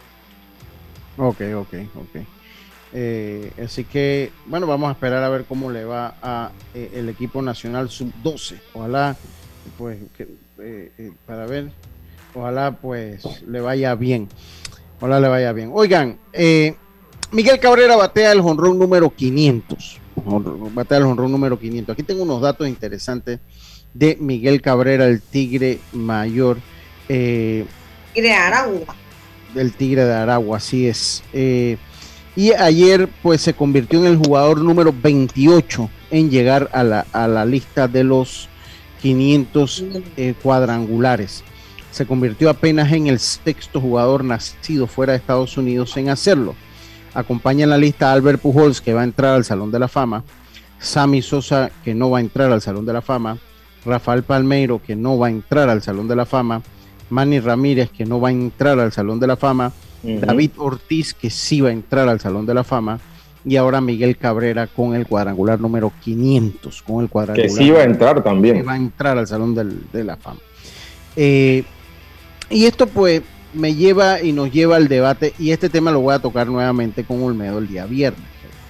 Ok, ok, ok. Eh, así que, bueno, vamos a esperar a ver cómo le va a eh, el equipo nacional sub doce. Ojalá, pues, que, eh, eh, para ver, ojalá, pues, le vaya bien. Ojalá le vaya bien. Oigan, eh, Miguel Cabrera batea el jonrón número quinientos. Batea el jonrón número quinientos. Aquí tengo unos datos interesantes de Miguel Cabrera, el Tigre Mayor. Eh, Tigre de Aragua. Del Tigre de Aragua, así es. Eh, y ayer, pues, se convirtió en el jugador número veintiocho en llegar a la, a la lista de los quinientos eh, cuadrangulares. Se convirtió apenas en el sexto jugador nacido fuera de Estados Unidos en hacerlo. Acompaña en la lista a Albert Pujols, que va a entrar al Salón de la Fama, Sammy Sosa, que no va a entrar al Salón de la Fama, Rafael Palmeiro, que no va a entrar al Salón de la Fama, Manny Ramírez, que no va a entrar al Salón de la Fama, uh-huh. David Ortiz, que sí va a entrar al Salón de la Fama, y ahora Miguel Cabrera con el cuadrangular número quinientos, con el cuadrangular que sí va a entrar también. Que va a entrar al Salón del, de la Fama. Eh, y esto pues me lleva y nos lleva al debate, y este tema lo voy a tocar nuevamente con Olmedo el día viernes.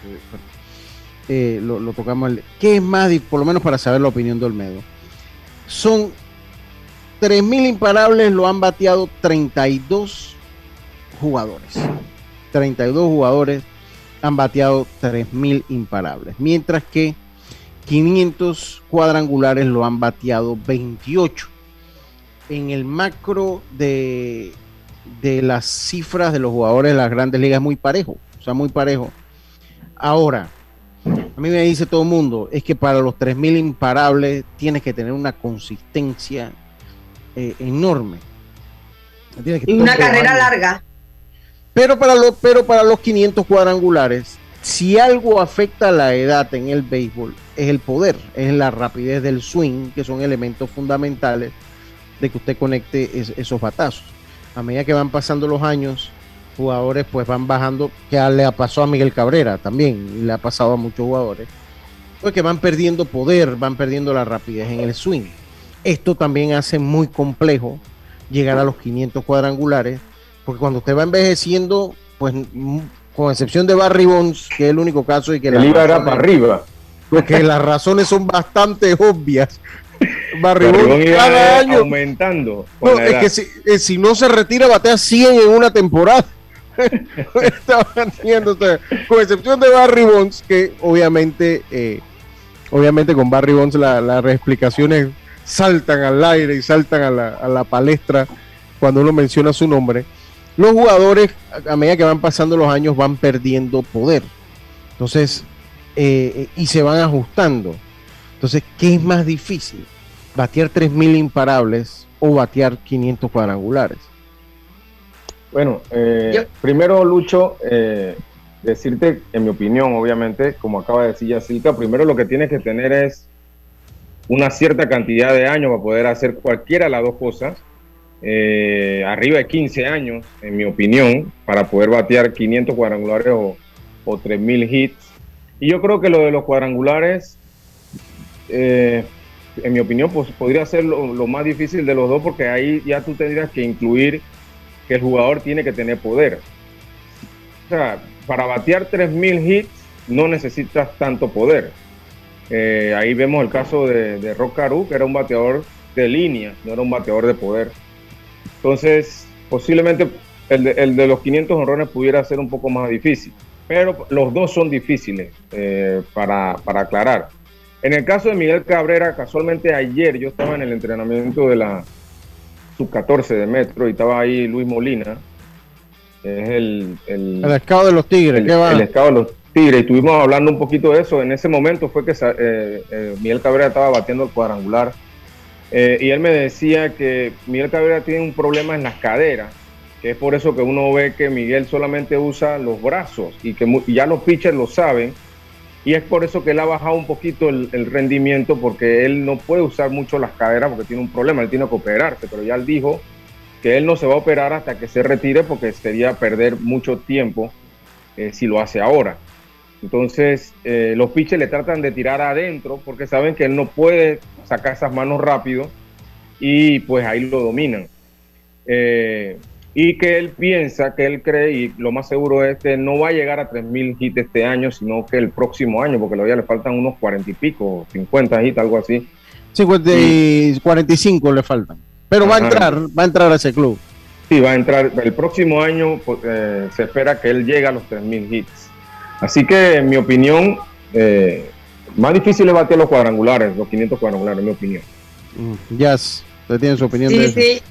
Eh, lo, lo tocamos. El, ¿Qué es más, por lo menos para saber la opinión de Olmedo? Son tres mil imparables, lo han bateado treinta y dos jugadores. treinta y dos jugadores han bateado tres mil imparables, mientras que quinientos cuadrangulares lo han bateado veintiocho. En el macro de, de las cifras de los jugadores de las grandes ligas es muy parejo, o sea, muy parejo. Ahora, a mí me dice todo el mundo, es que para los tres mil imparables tienes que tener una consistencia eh, enorme. Tienes que y una carrera años. larga. Pero para, los, pero para los quinientos cuadrangulares, si algo afecta a la edad en el béisbol, es el poder, es la rapidez del swing, que son elementos fundamentales de que usted conecte es, esos batazos. A medida que van pasando los años, jugadores pues van bajando, que le ha pasado a Miguel Cabrera también, y le ha pasado a muchos jugadores, pues que van perdiendo poder, van perdiendo la rapidez en el swing. Esto también hace muy complejo llegar a los quinientos cuadrangulares, porque cuando usted va envejeciendo, pues con excepción de Barry Bonds, que es el único caso, y que el iba era para arriba, porque las razones son bastante obvias. Barry Bonds cada año aumentando. No, es que si, eh, si no se retira, batea cien en una temporada. Estaban viendo, o sea, con excepción de Barry Bonds, que obviamente, eh, obviamente con Barry Bonds las la explicaciones saltan al aire y saltan a la, a la palestra cuando uno menciona su nombre. Los jugadores, a medida que van pasando los años, van perdiendo poder. Entonces, eh, y se van ajustando. Entonces, ¿qué es más difícil? ¿Batear tres mil imparables o batear quinientos cuadrangulares? Bueno, eh, Yo... primero, Lucho, eh, decirte, en mi opinión, obviamente, como acaba de decir Yacilca, primero lo que tienes que tener es una cierta cantidad de años para poder hacer cualquiera de las dos cosas. Eh, arriba de quince años, en mi opinión, para poder batear quinientos cuadrangulares o, o tres mil hits. Y yo creo que lo de los cuadrangulares, eh, en mi opinión, pues podría ser lo, lo más difícil de los dos, porque ahí ya tú tendrías que incluir que el jugador tiene que tener poder. O sea, para batear tres mil hits no necesitas tanto poder. Eh, ahí vemos el caso de, de Rock Caru, que era un bateador de línea, no era un bateador de poder. Entonces, posiblemente el de, el de los quinientos honrones pudiera ser un poco más difícil, pero los dos son difíciles eh, para, para aclarar. En el caso de Miguel Cabrera, casualmente ayer yo estaba en el entrenamiento de la sub catorce de Metro y estaba ahí Luis Molina, que es el... El, el escado de los Tigres, el, ¿qué va? El escado de los, Sí, y estuvimos hablando un poquito de eso. En ese momento fue que eh, eh, Miguel Cabrera estaba batiendo el cuadrangular eh, y él me decía que Miguel Cabrera tiene un problema en las caderas, que es por eso que uno ve que Miguel solamente usa los brazos y que y ya los pitchers lo saben, y es por eso que él ha bajado un poquito el, el rendimiento, porque él no puede usar mucho las caderas porque tiene un problema, él tiene que operarse, pero ya él dijo que él no se va a operar hasta que se retire porque sería perder mucho tiempo eh, si lo hace ahora. Entonces eh, los pitchers le tratan de tirar adentro porque saben que él no puede sacar esas manos rápido y pues ahí lo dominan. Eh, y que él piensa, que él cree, y lo más seguro es que no va a llegar a tres mil hits este año, sino que el próximo año, porque todavía le faltan unos cuarenta y pico, cincuenta hits, algo así. cincuenta y cuarenta y cinco le faltan. Pero Ajá. va a entrar, va a entrar a ese club. Sí, va a entrar. El próximo año pues, eh, se espera que él llegue a los tres mil hits. Así que, en mi opinión, eh, más difícil es batear los cuadrangulares, los quinientos cuadrangulares, en mi opinión. Mm, Jazz, ¿usted tiene su opinión sí, de eso? Sí,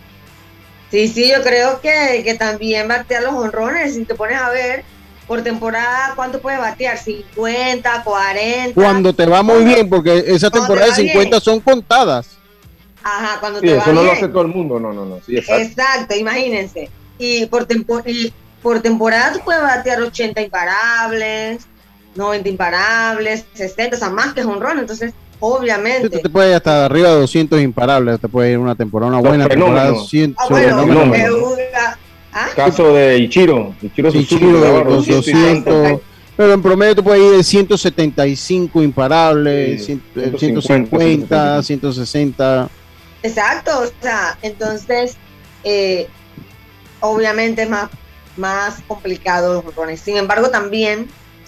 sí, sí, yo creo que, que también batear los honrones, si te pones a ver, por temporada, ¿cuánto puedes batear? cincuenta, cuarenta. Cuando te va muy bien, porque esa temporada de cincuenta bien. Son contadas. Ajá, cuando sí, te va eso bien. no lo hace todo el mundo, no, no, no. Sí, exacto. exacto, imagínense. Y por, tempo y por temporada tú puedes batear ochenta imparables, noventa imparables, sesenta, o sea, más que honrón, entonces, obviamente. Sí, tú te puedes ir hasta arriba de doscientos imparables, te puedes ir una temporada, una buena temporada. cien, ah, bueno, no, ¿Ah? Caso de Ichiro, Ichiro, Ichiro de doscientos, pero en promedio tú puedes ir de ciento setenta y cinco imparables, sí, ciento cincuenta, ciento sesenta. Exacto, o sea, entonces, eh, obviamente es más, más complicado los honrones. Sin embargo, también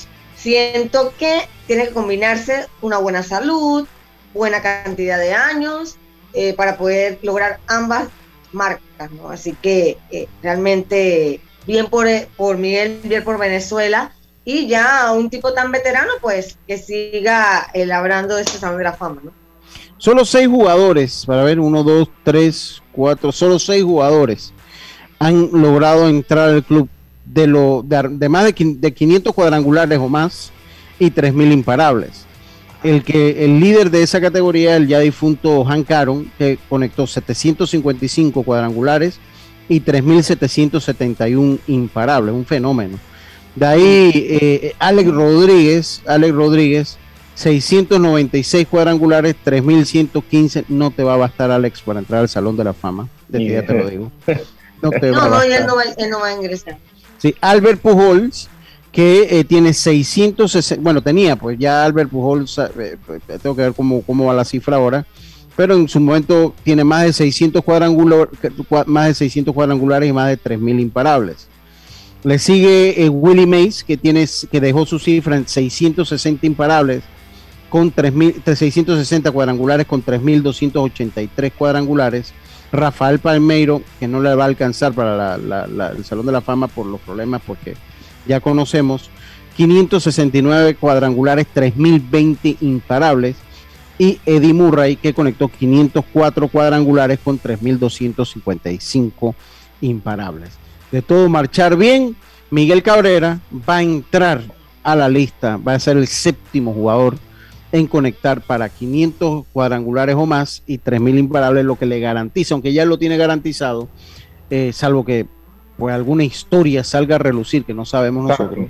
siento que tiene que combinarse una buena salud, buena cantidad de años, eh, para poder lograr ambas marcas, ¿no? Así que eh, realmente bien por, por Miguel, bien por Venezuela, y ya un tipo tan veterano, pues que siga eh, labrando ese salón de la fama, ¿no? Solo seis jugadores, para ver, uno, dos, tres, cuatro, solo seis jugadores han logrado entrar al club de, lo, de, de más de, de quinientos cuadrangulares o más y tres mil imparables. El, que, el líder de esa categoría, el ya difunto Hank Aaron, que conectó setecientos cincuenta y cinco cuadrangulares y tres mil setecientos setenta y uno imparables, un fenómeno. De ahí eh, Alex Rodríguez, Alex Rodríguez, seiscientos noventa y seis cuadrangulares, tres mil ciento quince. No te va a bastar, Alex, para entrar al Salón de la Fama. De ya te lo digo. No, te no, va no, a él no, va, él no va a ingresar. Sí, Albert Pujols, que eh, tiene seiscientos sesenta, bueno, tenía, pues ya Albert Pujols, eh, tengo que ver cómo, cómo va la cifra ahora, pero en su momento tiene más de seiscientos cuadrangulares, más de seiscientos cuadrangulares y más de tres mil imparables. Le sigue eh, Willie Mays, que tiene, que dejó su cifra en seiscientos sesenta imparables, con tres mil, seiscientos sesenta cuadrangulares, con tres mil doscientos ochenta y tres cuadrangulares. Rafael Palmeiro, que no le va a alcanzar para la, la, la, el Salón de la Fama por los problemas, porque ya conocemos, quinientos sesenta y nueve cuadrangulares, tres mil veinte imparables. Y Eddie Murray, que conectó quinientos cuatro cuadrangulares con tres mil doscientos cincuenta y cinco imparables. De todo marchar bien, Miguel Cabrera va a entrar a la lista, va a ser el séptimo jugador en conectar para quinientos cuadrangulares o más y tres mil imparables, lo que le garantiza, aunque ya lo tiene garantizado, eh, salvo que pues alguna historia salga a relucir que no sabemos nosotros,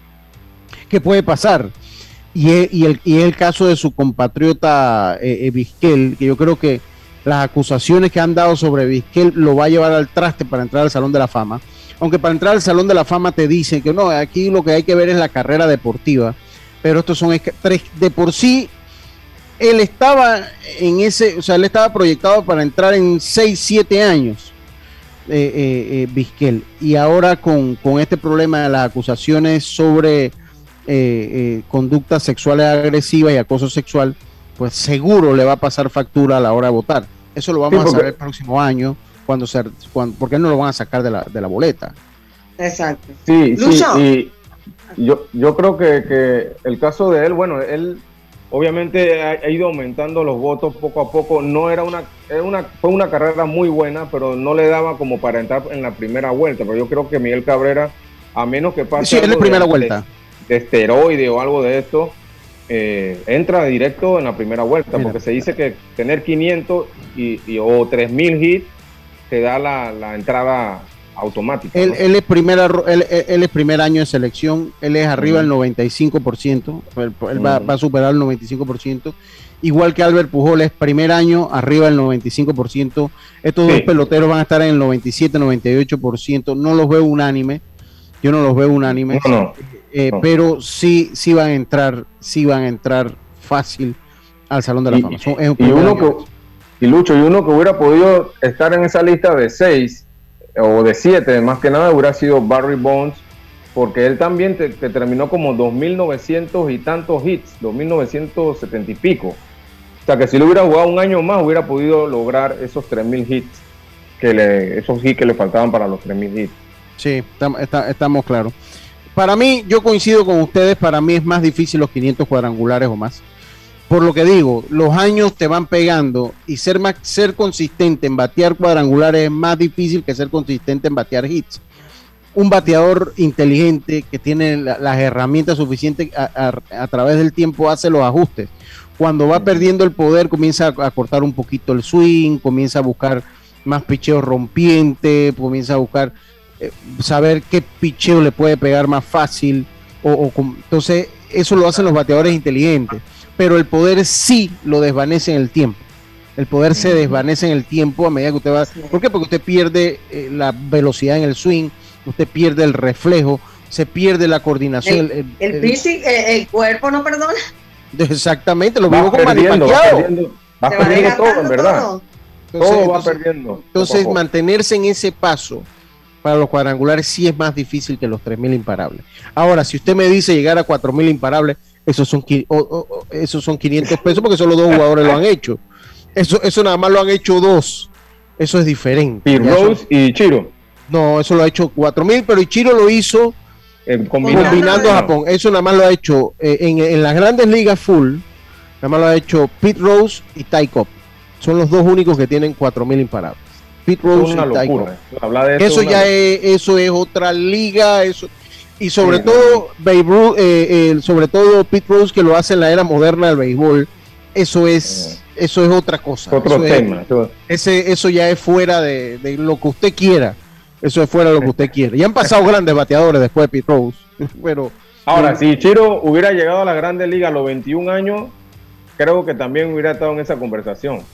¿qué puede pasar? Y es, y el, y el caso de su compatriota eh, eh, Vizquel, que yo creo que las acusaciones que han dado sobre Vizquel lo va a llevar al traste para entrar al Salón de la Fama, aunque para entrar al Salón de la Fama te dicen que no, aquí lo que hay que ver es la carrera deportiva, pero estos son tres, de por sí, él estaba en ese, o sea, él estaba proyectado para entrar en seis, siete años, eh, eh, eh, Vizquel, y ahora con, con este problema de las acusaciones sobre eh, eh, conductas sexuales agresivas y acoso sexual, pues seguro le va a pasar factura a la hora de votar. Eso lo vamos sí, porque, a saber el próximo año, cuando se, cuando, porque no lo van a sacar de la, de la boleta. Exacto. Sí, sí, y yo, yo creo que, que el caso de él, bueno, él obviamente ha, ha ido aumentando los votos poco a poco. No era una, era una, fue una carrera muy buena, pero no le daba como para entrar en la primera vuelta. Pero yo creo que Miguel Cabrera, a menos que pase. Sí, es la primera vuelta. de esteroide o algo de esto, eh, entra directo en la primera vuelta. Mira, porque se dice que tener quinientos y, y, o tres mil hits te da la, la entrada automática. Él, ¿no? él, es primera, él, él es primer año de selección, él es arriba del uh-huh. noventa y cinco por ciento, él, él uh-huh. va, va a superar el noventa y cinco por ciento, igual que Albert Pujols, es primer año arriba del noventa y cinco por ciento. Estos sí. dos peloteros van a estar en el noventa y siete, noventa y ocho por ciento. No los veo unánime, yo no los veo unánime, no, no, eh, no. pero sí, sí van a entrar, sí van a entrar fácil al Salón de la y, Fama. Son, es un y, uno que, y Lucho, y uno que hubiera podido estar en esa lista de seis o de siete, más que nada hubiera sido Barry Bonds, porque él también te, te terminó como dos mil novecientos y tantos hits, dos mil novecientos setenta y pico. O sea que si le hubiera jugado un año más, hubiera podido lograr esos tres mil hits, que le, esos hits que le faltaban para los tres mil hits. Sí, tam, está, estamos claros. Para mí, yo coincido con ustedes, para mí es más difícil los quinientos cuadrangulares o más. Por lo que digo, los años te van pegando y ser, más, ser consistente en batear cuadrangulares es más difícil que ser consistente en batear hits. Un bateador inteligente que tiene la, las herramientas suficientes a, a, a través del tiempo hace los ajustes. Cuando va perdiendo el poder comienza a, a cortar un poquito el swing, comienza a buscar más picheo rompiente, comienza a buscar eh, saber qué picheo le puede pegar más fácil. O, o, entonces eso lo hacen los bateadores inteligentes. Pero el poder sí lo desvanece en el tiempo. El poder se desvanece en el tiempo a medida que usted va. ¿Por qué? Porque usted pierde eh, la velocidad en el swing, usted pierde el reflejo, se pierde la coordinación. El, el, el, el, el cuerpo no perdona. Exactamente, lo va mismo con Manny Pacquiao. Va perdiendo, va perdiendo todo, en verdad. Todo, entonces, todo va entonces, perdiendo. Entonces, mantenerse en ese paso para los cuadrangulares sí es más difícil que los tres mil imparables. Ahora, si usted me dice llegar a cuatro mil imparables, esos son, oh, oh, esos son quinientos pesos porque solo dos jugadores lo han hecho. Eso, eso nada más lo han hecho dos. Eso es diferente. Pete Rose y Ichiro. No, eso lo ha hecho cuatro mil, pero Ichiro lo hizo eh, combinando, combinando a Japón. Eso nada más lo ha hecho eh, en, en las grandes ligas full. Nada más lo ha hecho Pete Rose y Ty Cobb. Son los dos únicos que tienen cuatro mil imparables. Pete Rose y Ty Cobb. Eso, eso ya es, eso es otra liga. Eso. Y sobre sí, todo, Babe Ruth, eh, eh, sobre todo Pete Rose, que lo hace en la era moderna del béisbol, eso es, eh, eso es otra cosa. Otro eso tema. Es, ese, eso ya es fuera de, de lo que usted quiera. Eso es fuera de lo que usted quiera. Ya han pasado grandes bateadores después de Pete Rose. Pero, ahora, si Ichiro hubiera llegado a la Grandes Ligas a los veintiún años, creo que también hubiera estado en esa conversación.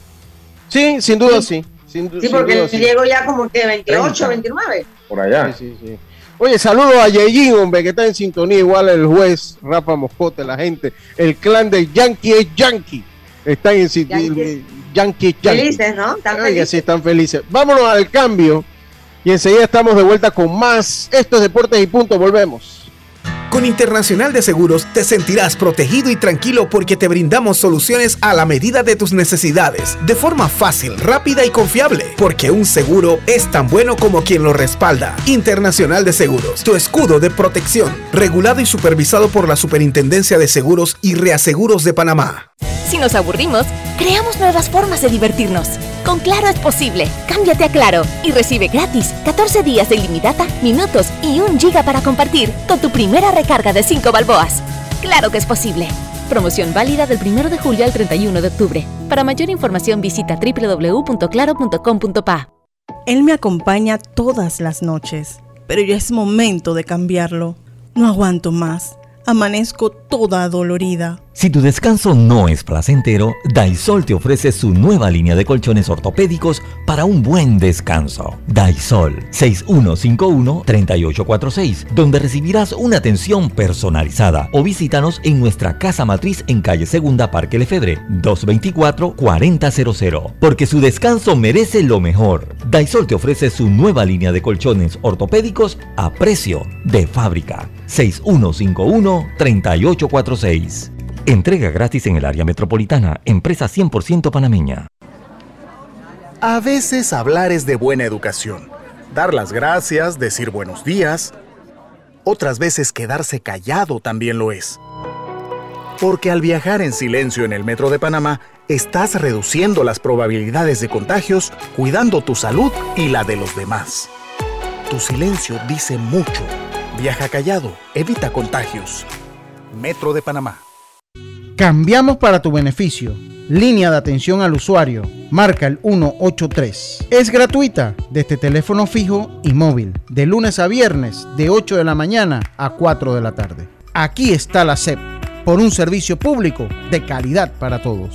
Sí, sin duda sí. Sí, sin, sí sin porque duda, sí. llegó ya como que veintiocho, veintinueve. Por allá. Sí, sí, sí. Oye, saludos a Yeyin, hombre, que está en sintonía, igual el juez Rafa Moscote, la gente, el clan del Yankee es Yankee, están en sintonía, Yankee es Yankee. Felices, ¿no? Están Ay, felices. sí, están felices. Vámonos al cambio y enseguida estamos de vuelta con más. Esto es Deportes y Punto, volvemos. Con Internacional de Seguros te sentirás protegido y tranquilo porque te brindamos soluciones a la medida de tus necesidades, de forma fácil, rápida y confiable, porque un seguro es tan bueno como quien lo respalda. Internacional de Seguros, tu escudo de protección, regulado y supervisado por la Superintendencia de Seguros y Reaseguros de Panamá. Si nos aburrimos, creamos nuevas formas de divertirnos. Con Claro es posible. Cámbiate a Claro y recibe gratis catorce días de ilimitada, minutos y un giga para compartir con tu primera recarga de cinco balboas. Claro que es posible. Promoción válida del primero de julio al treinta y uno de octubre. Para mayor información visita doble u doble u doble u punto claro punto com punto pa. Él me acompaña todas las noches, pero ya es momento de cambiarlo. No aguanto más. Amanezco toda adolorida. Si tu descanso no es placentero, Daisol te ofrece su nueva línea de colchones ortopédicos para un buen descanso. Daisol seis uno cinco uno, tres ocho cuatro seis, donde recibirás una atención personalizada, o visítanos en nuestra casa matriz en calle Segunda, Parque Lefebvre, dos veinticuatro, cuarenta cero cero. Porque su descanso merece lo mejor. Daisol te ofrece su nueva línea de colchones ortopédicos a precio de fábrica. seis uno cinco uno, tres ocho cuatro seis. Entrega gratis en el área metropolitana. Empresa cien por ciento panameña. A veces hablar es de buena educación. Dar las gracias, decir buenos días. Otras veces quedarse callado también lo es. Porque al viajar en silencio en el Metro de Panamá, estás reduciendo las probabilidades de contagios, cuidando tu salud y la de los demás. Tu silencio dice mucho. Viaja callado, evita contagios. Metro de Panamá. Cambiamos para tu beneficio. Línea de atención al usuario. Marca el ciento ochenta y tres. Es gratuita desde teléfono fijo y móvil. De lunes a viernes, de ocho de la mañana a cuatro de la tarde. Aquí está la S E P. Por un servicio público de calidad para todos.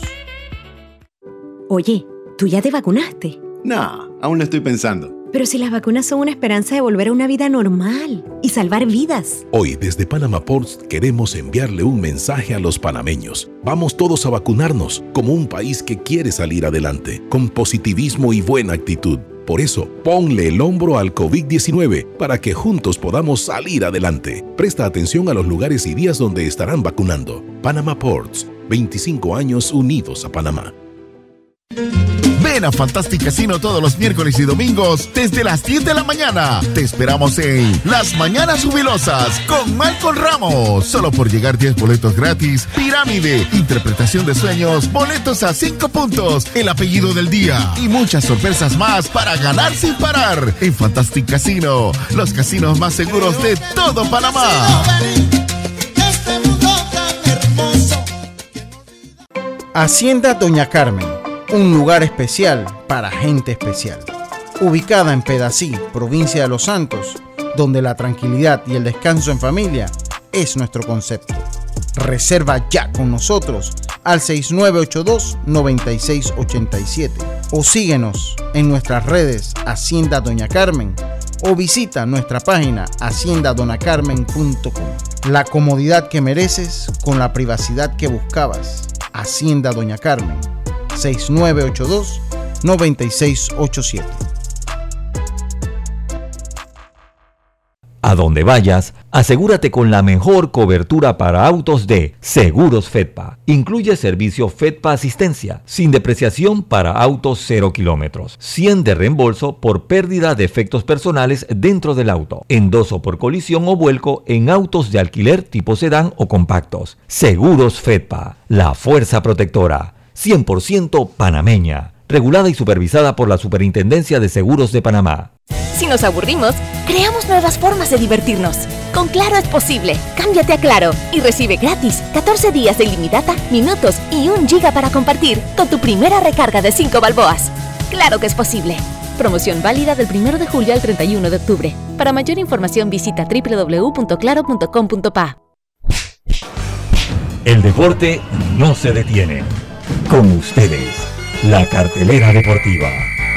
Oye, ¿tú ya te vacunaste? No, aún lo estoy pensando. Pero si las vacunas son una esperanza de volver a una vida normal y salvar vidas. Hoy desde Panama Ports queremos enviarle un mensaje a los panameños. Vamos todos a vacunarnos como un país que quiere salir adelante, con positivismo y buena actitud. Por eso, ponle el hombro al COVID diecinueve para que juntos podamos salir adelante. Presta atención a los lugares y días donde estarán vacunando. Panama Ports, veinticinco años unidos a Panamá. Ven a Fantastic Casino todos los miércoles y domingos desde las diez de la mañana. Te esperamos en Las Mañanas Jubilosas con Malcolm Ramos. Solo por llegar diez boletos gratis. Pirámide, interpretación de sueños, boletos a cinco puntos, el apellido del día y muchas sorpresas más para ganar sin parar. En Fantastic Casino, los casinos más seguros de todo Panamá. Hacienda Doña Carmen, un lugar especial para gente especial. Ubicada en Pedací, provincia de Los Santos, donde la tranquilidad y el descanso en familia es nuestro concepto. Reserva ya con nosotros al seis nueve ocho dos, nueve seis ocho siete o síguenos en nuestras redes Hacienda Doña Carmen o visita nuestra página hacienda dona carmen punto com. La comodidad que mereces con la privacidad que buscabas. Hacienda Doña Carmen, seis nueve ocho dos, nueve seis ocho siete. A donde vayas, asegúrate con la mejor cobertura para autos de Seguros Fedpa. Incluye servicio Fedpa Asistencia, sin depreciación para autos cero kilómetros, cien de reembolso por pérdida de efectos personales dentro del auto, endoso por colisión o vuelco en autos de alquiler tipo sedán o compactos. Seguros Fedpa, la fuerza protectora, cien por ciento panameña, regulada y supervisada por la Superintendencia de Seguros de Panamá. Si nos aburrimos, creamos nuevas formas de divertirnos. Con Claro es posible. Cámbiate a Claro y recibe gratis catorce días de ilimitada, minutos y un giga para compartir con tu primera recarga de cinco balboas. Claro que es posible. Promoción válida del primero de julio al treinta y uno de octubre. Para mayor información visita doble u doble u doble u punto claro punto com punto pa. El deporte no se detiene. Con ustedes, la cartelera deportiva.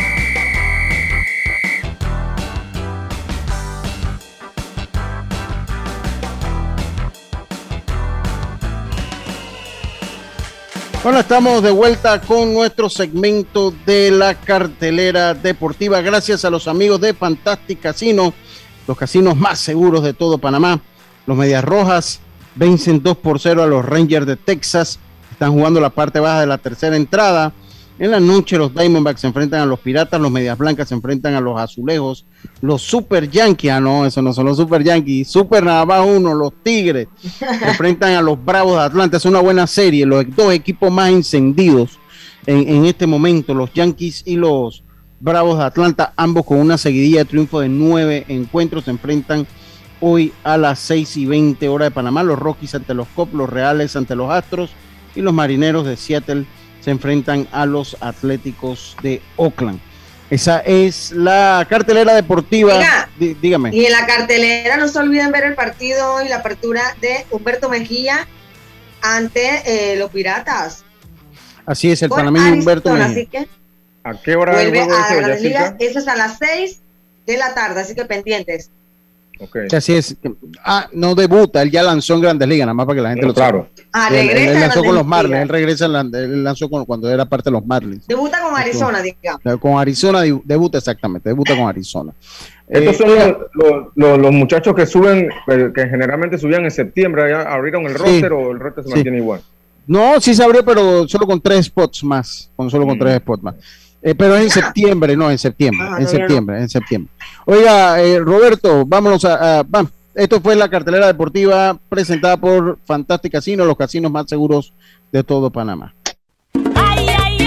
Bueno, estamos de vuelta con nuestro segmento de la cartelera deportiva. Gracias a los amigos de Fantastic Casino, los casinos más seguros de todo Panamá. Los Medias Rojas vencen dos por cero a los Rangers de Texas. Están jugando la parte baja de la tercera entrada. En la noche los Diamondbacks se enfrentan a los Piratas, los Medias Blancas se enfrentan a los Azulejos, los Super Yankees, ah no, eso no son los Super Yankees, Super nada más uno, los Tigres se enfrentan a los Bravos de Atlanta. Es una buena serie, los dos equipos más encendidos en, en este momento, los Yankees y los Bravos de Atlanta, ambos con una seguidilla de triunfo de nueve encuentros, se enfrentan hoy a las seis y veinte hora de Panamá, los Rockies ante los Cubs, los Reales ante los Astros y los Marineros de Seattle se enfrentan a los Atléticos de Oakland. Esa es la cartelera deportiva. Mira, Dí, dígame. Y en la cartelera no se olviden ver el partido y la apertura de Humberto Mejía ante eh, los Piratas. Así es, el panameño Humberto Mejía. Así que ¿a qué hora vuelve es a eso, Grandes Yacirca? Ligas? Eso es a las seis de la tarde, así que pendientes. Okay. Así es. Ah, no debuta, él ya lanzó en Grandes Ligas, nada más para que la gente no, lo claro. sepa. Ah, él, regresa él lanzó a con los Grandes Marlins, Ligas. él regresa, él lanzó con, cuando era parte de los Marlins. Debuta con Arizona, digamos. Con Arizona debuta exactamente, debuta con Arizona. Estos Eh, son los, los, los, los muchachos que suben, eh, que generalmente subían en septiembre, ¿ya abrieron el Sí, roster o el roster se sí. mantiene igual? No, sí se abrió, pero solo con tres spots más, con solo con Mm. tres spots más. Eh, pero es en septiembre, no, en septiembre, Ah, en no, septiembre, en septiembre. Oiga, eh, Roberto, vámonos a, a vamos. Esto fue la cartelera deportiva presentada por Fantastic Casino, los casinos más seguros de todo Panamá. Fantastic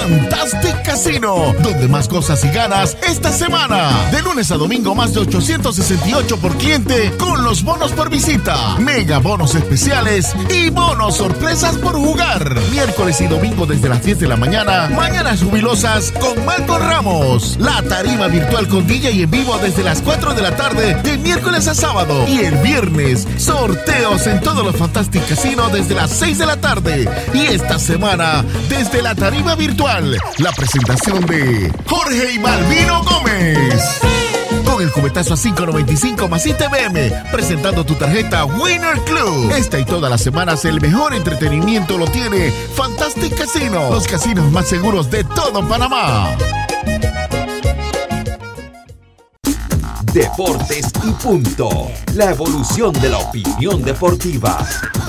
Fantastic Casino, donde más cosas y ganas esta semana. De lunes a domingo, más de ochocientos sesenta y ocho por cliente con los bonos por visita, mega bonos especiales y bonos sorpresas por jugar. Miércoles y domingo desde las diez de la mañana, mañanas jubilosas con Malcolm Ramos. La tarima virtual con D J en vivo desde las cuatro de la tarde de miércoles a sábado. Y el viernes, sorteos en todos los Fantastic Casino desde las seis de la tarde. Y esta semana, desde la tarima virtual, la presentación de Jorge y Malvino Gómez. Con el cubetazo a cinco noventa y cinco más I T B M, presentando tu tarjeta Winner Club. Esta y todas las semanas el mejor entretenimiento lo tiene Fantastic Casino, los casinos más seguros de todo Panamá. Deportes y punto. La evolución de la opinión deportiva.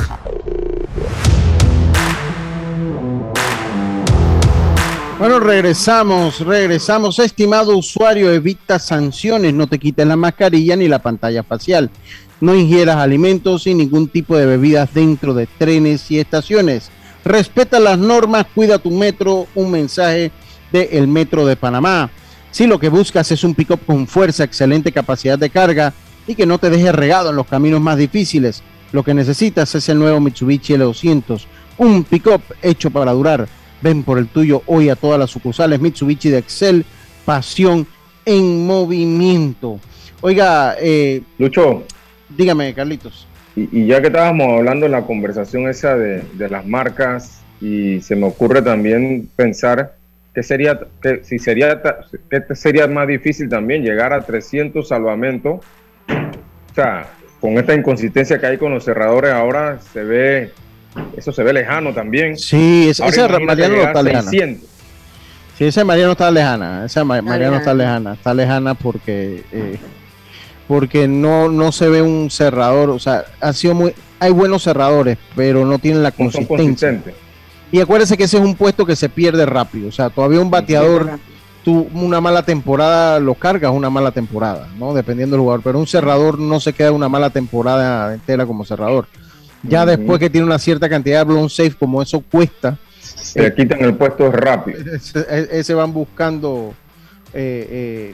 Bueno, regresamos, regresamos. Estimado usuario, evita sanciones, no te quites la mascarilla ni la pantalla facial. No ingieras alimentos y ningún tipo de bebidas dentro de trenes y estaciones. Respeta las normas, cuida tu metro, un mensaje del Metro de Panamá. Si lo que buscas es un pick-up con fuerza, excelente capacidad de carga y que no te deje regado en los caminos más difíciles, lo que necesitas es el nuevo Mitsubishi L doscientos, un pick-up hecho para durar. Ven por el tuyo hoy a todas las sucursales Mitsubishi de Excel, pasión en movimiento. Oiga, eh, Lucho. Dígame, Carlitos. Y, y ya que estábamos hablando en la conversación esa de, de las marcas, y se me ocurre también pensar que sería, que si sería, que sería más difícil también llegar a trescientos salvamentos. O sea, con esta inconsistencia que hay con los cerradores ahora se ve... Eso se ve lejano también. Sí, ese, ese Mariano no está lejana. Sí, ese Mariano está lejana. Esa Ma- Mariano está lejana. Está lejana porque eh, porque no, no se ve un cerrador. O sea, ha sido muy. Hay buenos cerradores, pero no tienen la consistencia. No y acuérdese que ese es un puesto que se pierde rápido. O sea, todavía un bateador, tú una mala temporada lo cargas, una mala temporada, ¿no? Dependiendo del jugador. Pero un cerrador no se queda una mala temporada entera como cerrador. Ya uh-huh. Después que tiene una cierta cantidad de blown safe, como eso cuesta, se le quitan el puesto rápido. Ese, ese van buscando, eh, eh,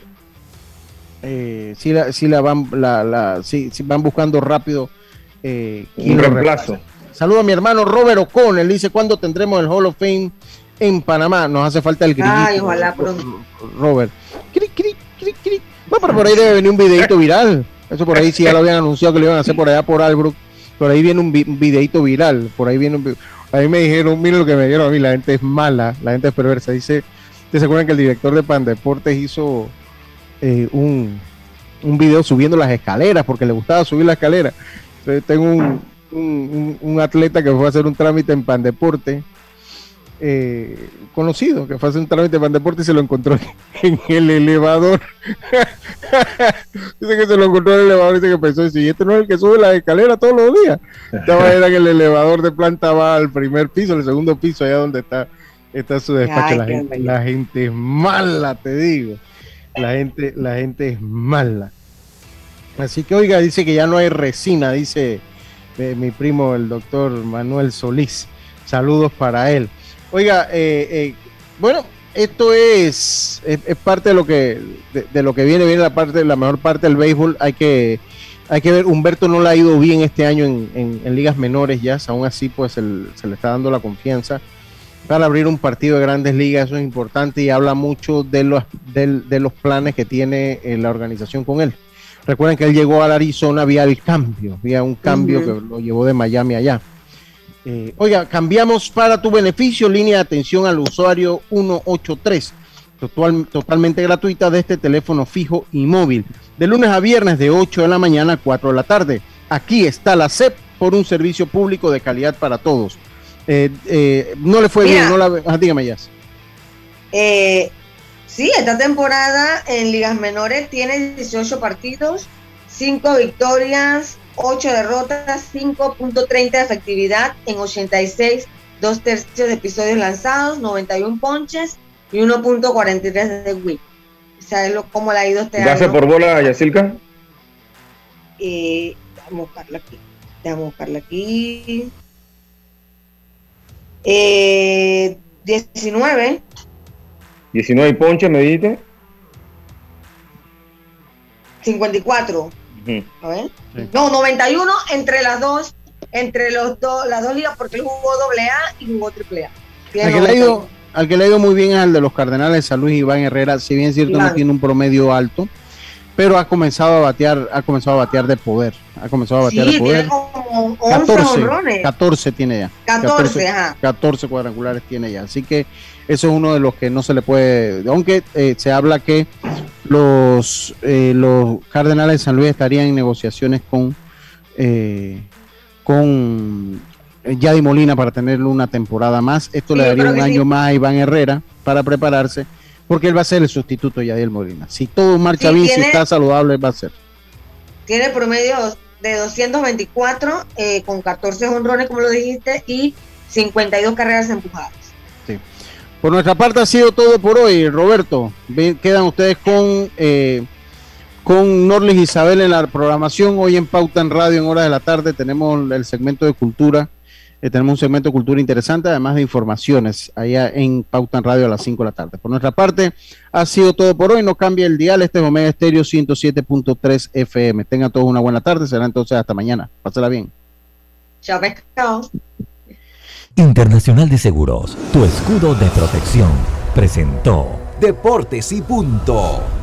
eh, si la, si la van, la, la, si, si van buscando rápido. Eh, Un reemplazo. Saludo a mi hermano Robert O'Connell. Dice: ¿cuándo tendremos el Hall of Fame en Panamá? Nos hace falta el grillito. Ay, ojalá pronto. Robert. Cri, cri, cri, cri. Bueno, pero por ahí debe venir un videito viral. Eso por ahí sí ya lo habían anunciado que lo iban a hacer por allá por Albrook. Por ahí viene un, vi- un videito viral, por ahí viene un... A mí me dijeron, miren lo que me dijeron a mí, la gente es mala, la gente es perversa. Dice, ¿ustedes se acuerdan que el director de Pandeportes hizo eh, un, un video subiendo las escaleras, porque le gustaba subir la escalera? Entonces tengo un, un, un, un atleta que fue a hacer un trámite en Pandeporte, eh, conocido, que fue a hacer un trámite en Pandeporte y se lo encontró en el elevador. Dice que se lo encontró en el elevador y dice que pensó, si este no es el que sube la escalera todos los días. Estaba era en el elevador de planta va al primer piso, el segundo piso, allá donde está, está su despacho. Ay, la, gente, la gente es mala, te digo. La gente, la gente es mala. Así que, oiga, dice que ya no hay resina, dice eh, mi primo, el doctor Manuel Solís. Saludos para él. Oiga, eh, eh, bueno, esto es, es, es parte de lo que de, de lo que viene, viene la parte, la mejor parte del béisbol. Hay que hay que ver, Humberto no le ha ido bien este año en, en, en ligas menores ya, aún así pues el, se le está dando la confianza para abrir un partido de Grandes Ligas. Eso es importante y habla mucho de los de, de los planes que tiene eh, la organización con él. Recuerden que él llegó a Arizona vía el cambio, vía un cambio uh-huh. que lo llevó de Miami allá. Eh, oiga, cambiamos para tu beneficio, línea de atención al usuario ciento ochenta y tres, total, totalmente gratuita de este teléfono fijo y móvil, de lunes a viernes de ocho de la mañana a cuatro de la tarde. Aquí está la C E P por un servicio público de calidad para todos. Eh, eh, no le fue Mira, bien, no la, ah, dígame ya. Eh, sí, esta temporada en ligas menores tiene dieciocho partidos, cinco victorias, ocho derrotas, cinco punto treinta de efectividad en ochenta y seis, dos tercios de episodios lanzados, noventa y uno ponches y uno punto cuarenta y tres de whip. ¿Sabes lo, cómo le ha ido este año? ¿Base por bola, Yacilca? Eh, vamos a buscarla aquí. Vamos a buscarla aquí. Eh, diecinueve. diecinueve y ponche, me dijiste. cincuenta y cuatro. Uh-huh. A ver. Sí. No, noventa y uno entre las dos, entre los dos, las dos ligas, porque él jugó doble A y jugó triple A. Al que, le ha ido, al que le ha ido muy bien es al de los Cardenales de San Luis, Iván Herrera. Si bien es cierto, Iván no tiene un promedio alto, pero ha comenzado a batear, ha comenzado a batear de poder. Ha comenzado a batear sí, de poder. Tiene como once honrones. catorce tiene ya. catorce, ajá. catorce cuadrangulares tiene ya. Así que eso es uno de los que no se le puede, aunque eh, se habla que los, eh, los Cardenales de San Luis estarían en negociaciones con eh, con Yadi Molina para tenerle una temporada más. Esto sí, le daría un año sí. más a Iván Herrera para prepararse, porque él va a ser el sustituto de Yadiel Molina. Si todo marcha sí, bien, tiene, si está saludable, va a ser. Tiene promedio de doscientos veinticuatro eh, con catorce honrones, como lo dijiste, y cincuenta y dos carreras empujadas. Sí. Por nuestra parte ha sido todo por hoy, Roberto. Quedan ustedes con eh, con Norlis Isabel en la programación. Hoy en Pauta en Radio en horas de la tarde tenemos el segmento de cultura. Eh, tenemos un segmento de cultura interesante, además de informaciones, allá en Pauta en Radio a las cinco de la tarde. Por nuestra parte, ha sido todo por hoy. No cambia el dial, este es Omega Estéreo ciento siete punto tres F M. Tengan todos una buena tarde, será entonces hasta mañana. Pásala bien. Chao, pescado. Internacional de Seguros, tu escudo de protección, presentó Deportes y Punto.